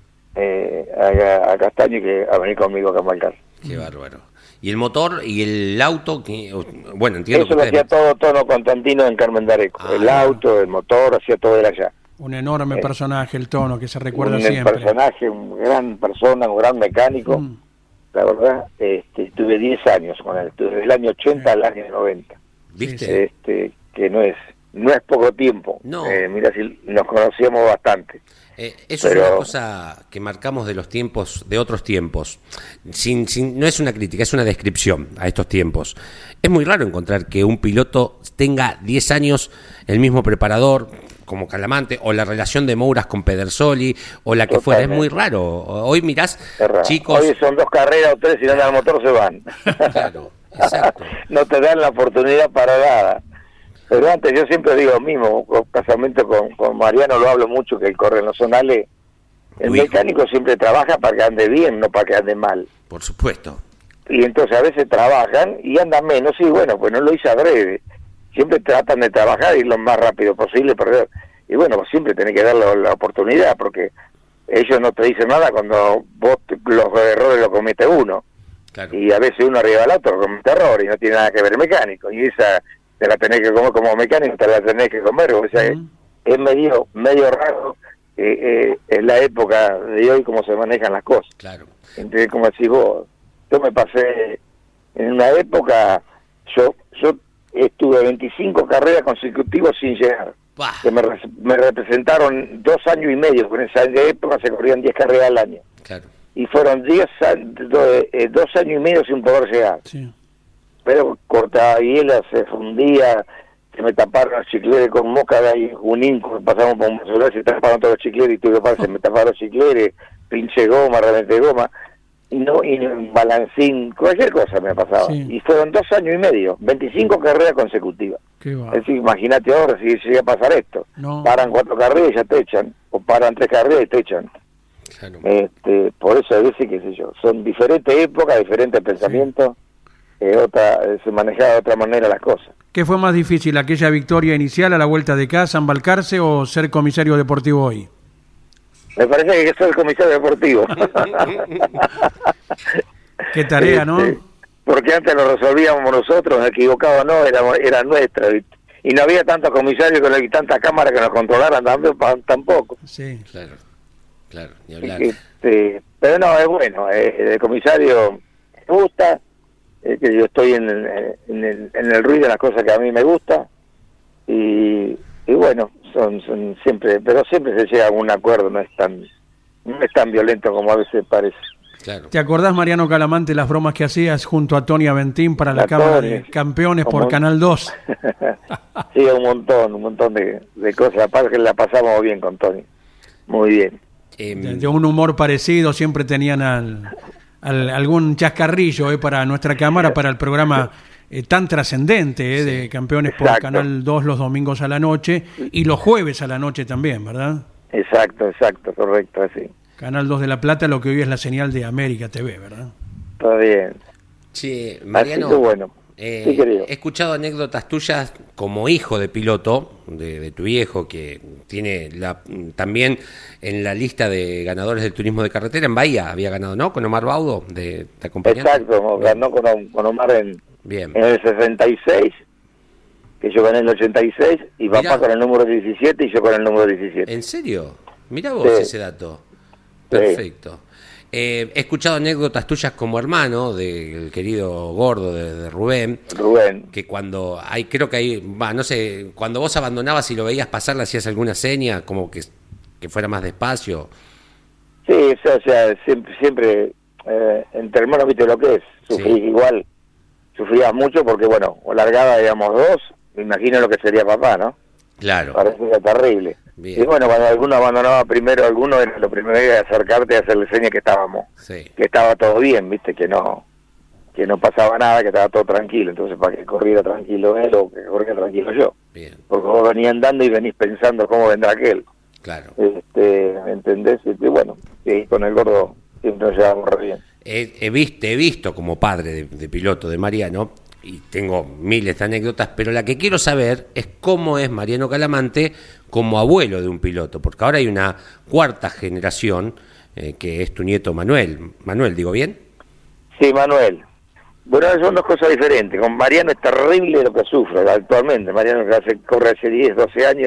a Castaño que a venir conmigo a Camalcar. Qué bárbaro. ¿Y el motor y el auto? Bueno, entiendo eso que lo hacía todo Tono Constantino en Carmen de Areco. El auto, el motor, hacía todo él allá. Un enorme personaje, el Tono, que se recuerda un siempre. Un personaje, un gran persona, un gran mecánico. La verdad, estuve 10 años con él, estuve del año 80 al año 90. ¿Viste? Que no es poco tiempo. No. Mira, si nos conocíamos bastante. Eso es una cosa que marcamos de los tiempos, de otros tiempos. No es una crítica, es una descripción a estos tiempos. Es muy raro encontrar que un piloto tenga 10 años el mismo preparador como Calamante, o la relación de Mouras con Pedersoli, o la que fuera. Es muy raro. Hoy mirás, chicos... Hoy son 2 carreras o 3, si no dan el motor se van. Claro, exacto. No te dan la oportunidad para nada. Pero antes yo siempre digo lo mismo, casualmente con Mariano lo hablo mucho, que él corre en los zonales. El mecánico siempre trabaja para que ande bien, no para que ande mal. Por supuesto. Y entonces a veces trabajan y andan menos, y bueno, pues no lo hice adrede. Siempre tratan de trabajar y ir lo más rápido posible, y bueno, pues siempre tenés que darle la oportunidad, porque ellos no te dicen nada cuando vos los errores los comete uno. Claro. Y a veces uno arriba del otro comete errores y no tiene nada que ver el mecánico, y esa te la tenés que comer como mecánico, te la tenés que comer, o sea, es medio raro en la época de hoy cómo se manejan las cosas. Claro. Entonces, como decís vos, yo me pasé en una época, yo estuve 25 carreras consecutivas sin llegar. Que me representaron 2 años y medio, porque en esa época se corrían 10 carreras al año. Claro. Y fueron 2 años y medio sin poder llegar. Sí. Pero cortaba hiela, se fundía, se me taparon los chicleres con Moca de ahí en Junín, pasamos por un celular, se taparon todos los chicleres y tuve que pasar, se me taparon los chicleres, pinche goma, reventé goma, y balancín, cualquier cosa me pasaba. Sí. Y fueron 2 años y medio, 25 carreras consecutivas. Es decir, imagínate ahora si llega a pasar esto. No. Paran 4 carreras y ya te echan, o paran 3 carreras y te echan. Claro. Por eso a veces, qué sé yo, son diferentes épocas, diferentes pensamientos, se manejaba de otra manera las cosas. ¿Qué fue más difícil, aquella victoria inicial a la vuelta de casa en Balcarce o ser comisario deportivo hoy? Me parece que soy el comisario deportivo. Qué tarea, ¿no? Porque antes lo resolvíamos nosotros, equivocado no, era nuestra, ¿viste? Y no había tantos comisarios y tantas cámaras que nos controlaran tampoco. Sí, claro, ni hablar. Pero no, es bueno, el comisario me gusta, que yo estoy en el ruido de las cosas que a mí me gusta, y bueno, son siempre, pero siempre se llega a un acuerdo, no es tan violento como a veces parece. Claro. ¿Te acordás, Mariano Calamante, las bromas que hacías junto a Tony Aventín para la Cámara de Campeones por Canal 2? Sí, un montón de cosas. Aparte que la pasamos bien con Tony. Muy bien. de un humor parecido, siempre tenían algún chascarrillo para nuestra cámara, para el programa tan trascendente de Campeones por Canal 2 los domingos a la noche y los jueves a la noche también, ¿verdad? Exacto, correcto, así. Canal 2 de La Plata, lo que hoy es la señal de América TV, ¿verdad? Está bien. Sí, Mariano, así que bueno. He escuchado anécdotas tuyas como hijo de piloto, de tu viejo, que tiene también en la lista de ganadores del turismo de carretera en Bahía, había ganado, ¿no? Con Omar Baudo, de acompañante. Exacto, ganó con Omar en el 66, que yo gané en el 86, y papá con el número 17 y yo con el número 17. ¿En serio? Mirá vos ese dato. Perfecto. He escuchado anécdotas tuyas como hermano del querido gordo de Rubén, que cuando no sé, cuando vos abandonabas y lo veías pasar, le hacías alguna seña como que fuera más despacio. Sí, o sea, siempre entre hermanos, viste lo que es, sufrías mucho porque bueno, largaba digamos dos, me imagino lo que sería papá, ¿no? Claro. Parecía terrible. Bien. Y bueno, cuando alguno abandonaba primero, era lo primero era acercarte y hacerle señas que estábamos, que estaba todo bien, viste, que no pasaba nada, que estaba todo tranquilo, entonces para que corriera tranquilo él o que corriera tranquilo yo. Bien. Porque vos venís andando y venís pensando cómo vendrá aquel. Claro. ¿Entendés? Y bueno, con el gordo siempre nos llevamos re bien. He visto como padre de piloto de Mariano, y tengo miles de anécdotas, pero la que quiero saber es cómo es Mariano Calamante como abuelo de un piloto, porque ahora hay una cuarta generación que es tu nieto Manuel. Manuel, ¿digo bien? Sí, Manuel. Bueno, son dos cosas diferentes. Con Mariano es terrible lo que sufre actualmente. Mariano corre hace 10, 12 años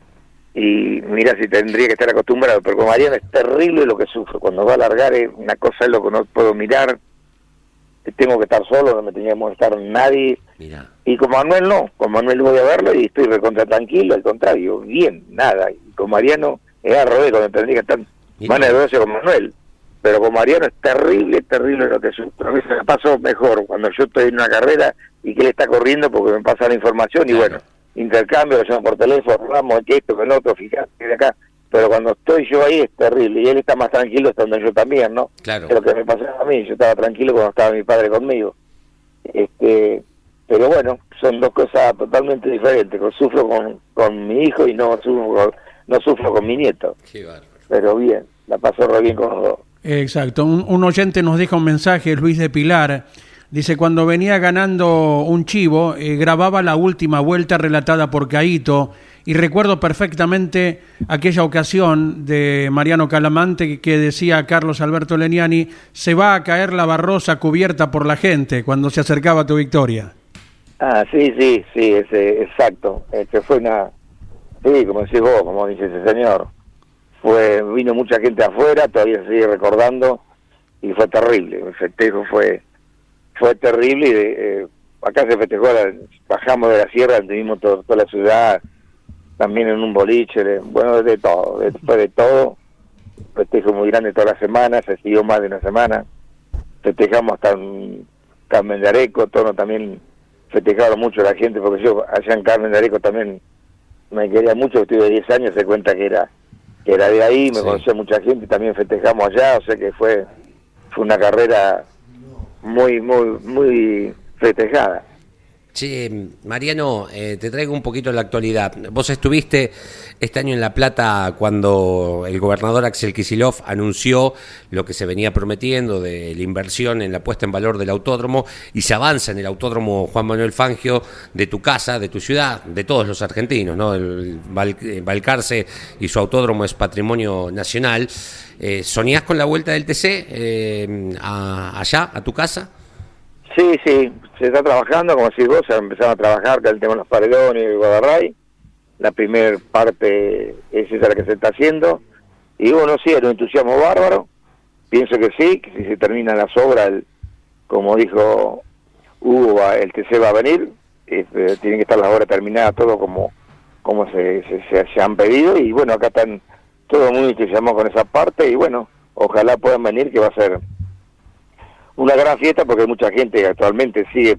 y mira si tendría que estar acostumbrado, pero con Mariano es terrible lo que sufre. Cuando va a largar es una cosa, es lo que no puedo mirar. Tengo que estar solo, no me tenía que molestar nadie. Mirá. Y con Manuel no, con Manuel voy a verlo y estoy recontra tranquilo, al contrario, bien, nada. Y con Mariano es al revés, cuando tendría que estar más nervioso con Manuel. Pero con Mariano es terrible lo que sufre. A veces me paso mejor cuando yo estoy en una carrera y que él está corriendo porque me pasa la información y bueno, intercambio, lo llamo por teléfono, hablamos que esto, que el otro, fíjate de acá. Pero cuando estoy yo ahí es terrible, y él está más tranquilo estando yo también, ¿no? Claro. Es lo que me pasaba a mí, yo estaba tranquilo cuando estaba mi padre conmigo. Pero bueno, son dos cosas totalmente diferentes. Sufro con mi hijo y no sufro con mi nieto. Qué bárbaro. Pero bien, la paso re bien con los dos. Exacto, un oyente nos deja un mensaje, Luis de Pilar. Dice, cuando venía ganando un chivo, grababa la última vuelta relatada por Caíto, y recuerdo perfectamente aquella ocasión de Mariano Calamante que decía a Carlos Alberto Leniani, se va a caer la Barrosa cubierta por la gente cuando se acercaba a tu victoria. Ah, sí, exacto. Fue una... Sí, como decís vos, como dice ese señor. Vino mucha gente afuera, todavía se sigue recordando, y fue terrible. El festejo fue terrible. Acá se festejó, bajamos de la sierra, tuvimos toda la ciudad, también en un boliche, bueno, de todo, después de todo, festejo muy grande toda la semana, se siguió más de una semana, festejamos hasta en Carmen de Areco, Tono también festejaron mucho la gente, porque yo allá en Carmen de Areco también me quería mucho, estuve de 10 años, se cuenta que era de ahí, me conocía mucha gente, también festejamos allá, o sea que fue una carrera muy festejada. Che, Mariano, te traigo un poquito la actualidad. Vos estuviste este año en La Plata cuando el gobernador Axel Kicillof anunció lo que se venía prometiendo de la inversión en la puesta en valor del autódromo, y se avanza en el autódromo Juan Manuel Fangio de tu casa, de tu ciudad, de todos los argentinos, ¿no? El Balcarce y su autódromo es patrimonio nacional. ¿Soñás con la vuelta del TC allá, a tu casa? Sí, se está trabajando, como decís vos, se empezaron a trabajar con el tema de los paredones y el Guadarray. La primera parte es esa la que se está haciendo. Y bueno, sí, era un entusiasmo bárbaro. Pienso que sí, que si se terminan las obras, como dijo Hugo, el TC va a venir. Tienen que estar las obras terminadas, todo como se han pedido. Y bueno, acá están todos muy entusiasmados con esa parte. Y bueno, ojalá puedan venir, que va a ser una gran fiesta, porque hay mucha gente que actualmente sigue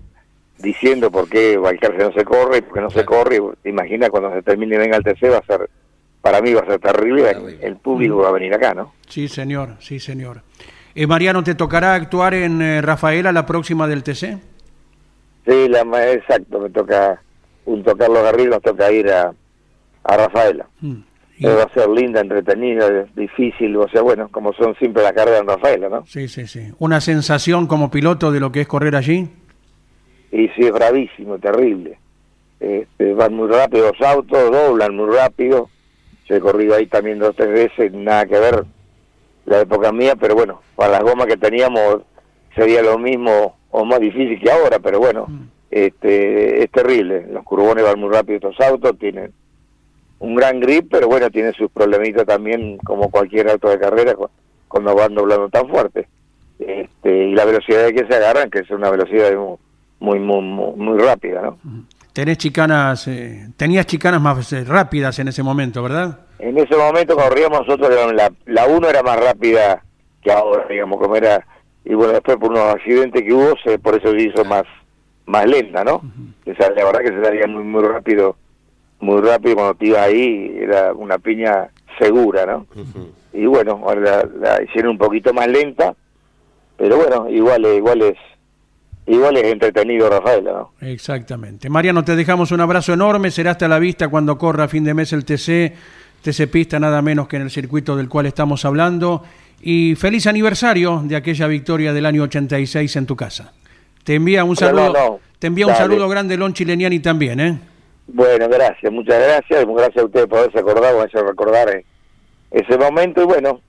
diciendo por qué Balcarce no se corre, por qué no se corre. Imagina cuando se termine y venga el TC, va a ser para mí va a ser terrible, el público va a venir acá, ¿no? Sí, señor, sí, señor. Mariano, ¿te tocará actuar en Rafaela la próxima del TC? Sí, exacto, me toca, junto a Carlos Garrido, nos toca ir a Rafaela. Va a ser linda, entretenida, difícil, o sea, bueno, como son siempre las carreras en Rafaela, ¿no? Sí. ¿Una sensación como piloto de lo que es correr allí? Y sí, es bravísimo, terrible. Van muy rápido los autos, doblan muy rápido. Yo he corrido ahí también 2 o 3 veces, nada que ver la época mía, pero bueno, para las gomas que teníamos sería lo mismo o más difícil que ahora, pero bueno, es terrible. Los curbones van muy rápido estos autos, tienen un gran grip, pero bueno, tienen sus problemitas también, como cualquier auto de carrera, cuando van doblando tan fuerte. Y la velocidad de que se agarran, que es una velocidad muy rápida, ¿no? Tenías chicanas más rápidas en ese momento, ¿verdad? En ese momento corríamos nosotros, la 1 era más rápida que ahora, digamos, como era, y bueno, después por unos accidentes que hubo, por eso se hizo más lenta, ¿no? O sea, la verdad que se salía muy rápido cuando te ibas ahí, era una piña segura, ¿no? Y bueno, ahora la hicieron un poquito más lenta, pero bueno, igual es entretenido Rafaela, ¿no? Exactamente. Mariano, te dejamos un abrazo enorme, será hasta la vista cuando corra a fin de mes el TC Pista, nada menos que en el circuito del cual estamos hablando, y feliz aniversario de aquella victoria del año 86 en tu casa. Te envía un saludo, un saludo grande Lon Chileniani también, ¿eh? Bueno, gracias, muchas gracias a ustedes por haberse acordado, por hacer recordar ese momento, y bueno,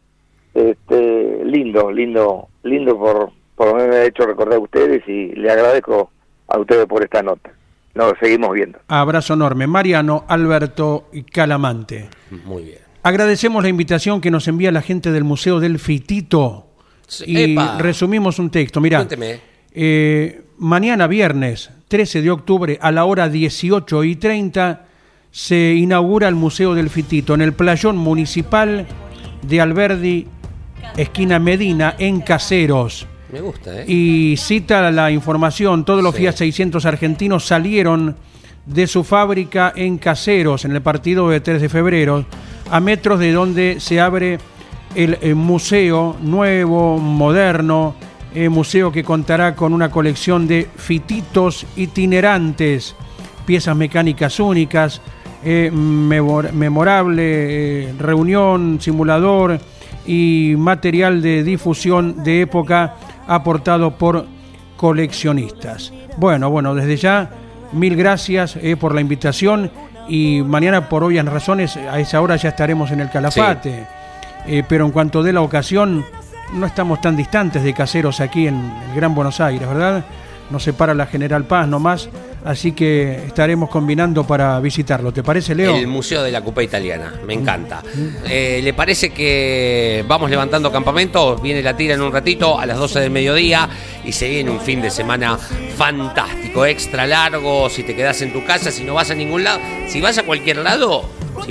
lindo por haberme hecho recordar a ustedes, y le agradezco a ustedes por esta nota. Nos seguimos viendo. Abrazo enorme. Mariano Alberto Calamante. Muy bien. Agradecemos la invitación que nos envía la gente del Museo del Fitito. Y resumimos un texto. Mirá, mañana viernes 13 de octubre a la hora 18:30 se inaugura el Museo del Fitito en el playón municipal de Alberdi, esquina Medina, en Caseros. Me gusta, ¿eh? Y cita la información, todos los Fiat 600 argentinos salieron de su fábrica en Caseros, en el partido de 3 de febrero, a metros de donde se abre el museo nuevo, moderno, museo que contará con una colección de fititos itinerantes, piezas mecánicas únicas, memorable reunión, simulador y material de difusión de época aportado por coleccionistas. Bueno, desde ya, mil gracias por la invitación, y mañana, por obvias razones, a esa hora ya estaremos en el Calafate, pero en cuanto dé la ocasión, no estamos tan distantes de Caseros aquí en el Gran Buenos Aires, ¿verdad? Nos separa la General Paz nomás, así que estaremos combinando para visitarlo. ¿Te parece, Leo? El Museo de la Copa Italiana, me encanta. ¿Le parece que vamos levantando campamento? Viene la tira en un ratito a las 12 del mediodía y se viene un fin de semana fantástico, extra largo. Si te quedás en tu casa, si no vas a ningún lado, si vas a cualquier lado,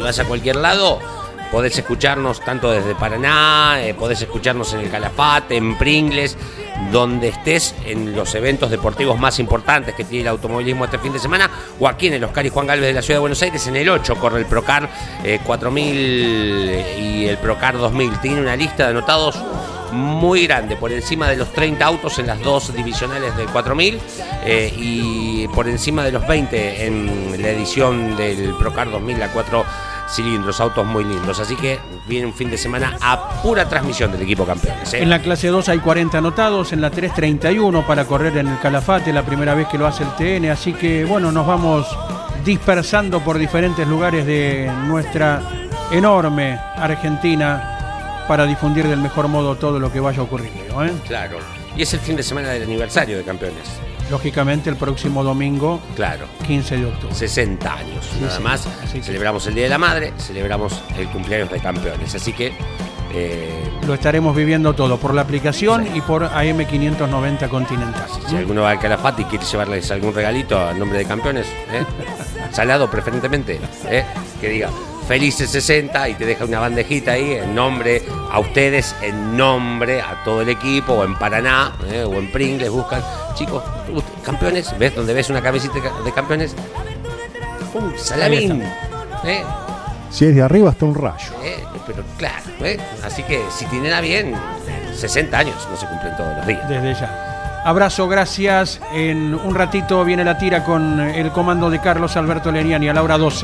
podés escucharnos tanto desde Paraná, podés escucharnos en el Calafate, en Pringles, donde estés, en los eventos deportivos más importantes que tiene el automovilismo este fin de semana, o aquí en el Oscar y Juan Galvez de la Ciudad de Buenos Aires. En el 8 corre el Procar 4000 y el Procar 2000. Tiene una lista de anotados muy grande, por encima de los 30 autos en las dos divisionales del 4000 y por encima de los 20 en la edición del Procar 2000 a 4 cilindros, autos muy lindos. Así que viene un fin de semana a pura transmisión del equipo campeones. En la clase 2 hay 40 anotados, en la 3 31 para correr en el Calafate, la primera vez que lo hace el TN. Así que bueno, nos vamos dispersando por diferentes lugares de nuestra enorme Argentina para difundir del mejor modo todo lo que vaya ocurriendo, ¿eh? Claro. Y es el fin de semana del aniversario de Campeones. Lógicamente el próximo domingo, claro, 15 de octubre. 60 años, sí, nada más. Celebramos el Día de la Madre, celebramos el cumpleaños de Campeones. Así que lo estaremos viviendo todo por la aplicación, sí, y por AM590 Continental. Si alguno va al Calafate y quiere llevarles algún regalito a nombre de Campeones, salado preferentemente, que diga felices 60 y te deja una bandejita ahí en nombre a ustedes, en nombre a todo el equipo, o en Paraná, o en Pringles, buscan, chicos, Campeones, ¿ves? Donde ves una cabecita de Campeones, un salamín, Si es de arriba, hasta un rayo. Pero claro, así que si tienen a bien, 60 años no se cumplen todos los días. Desde ya. Abrazo, gracias. En un ratito viene la tira con el comando de Carlos Alberto Leniani a la hora 12.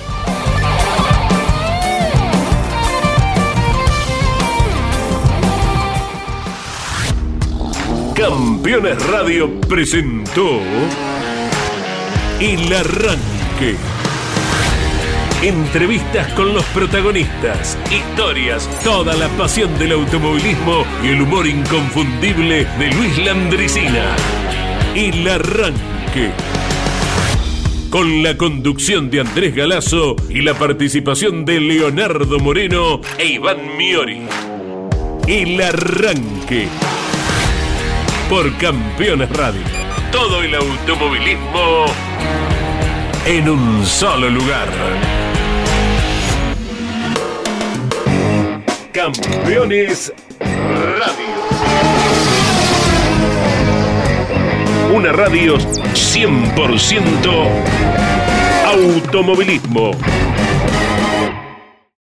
Campeones Radio presentó El Arranque. Entrevistas con los protagonistas, historias, toda la pasión del automovilismo y el humor inconfundible de Luis Landricina. El Arranque. Con la conducción de Andrés Galazo y la participación de Leonardo Moreno e Iván Miori. El Arranque. Por Campeones Radio. Todo el automovilismo en un solo lugar. Campeones Radio. Una radio 100% automovilismo.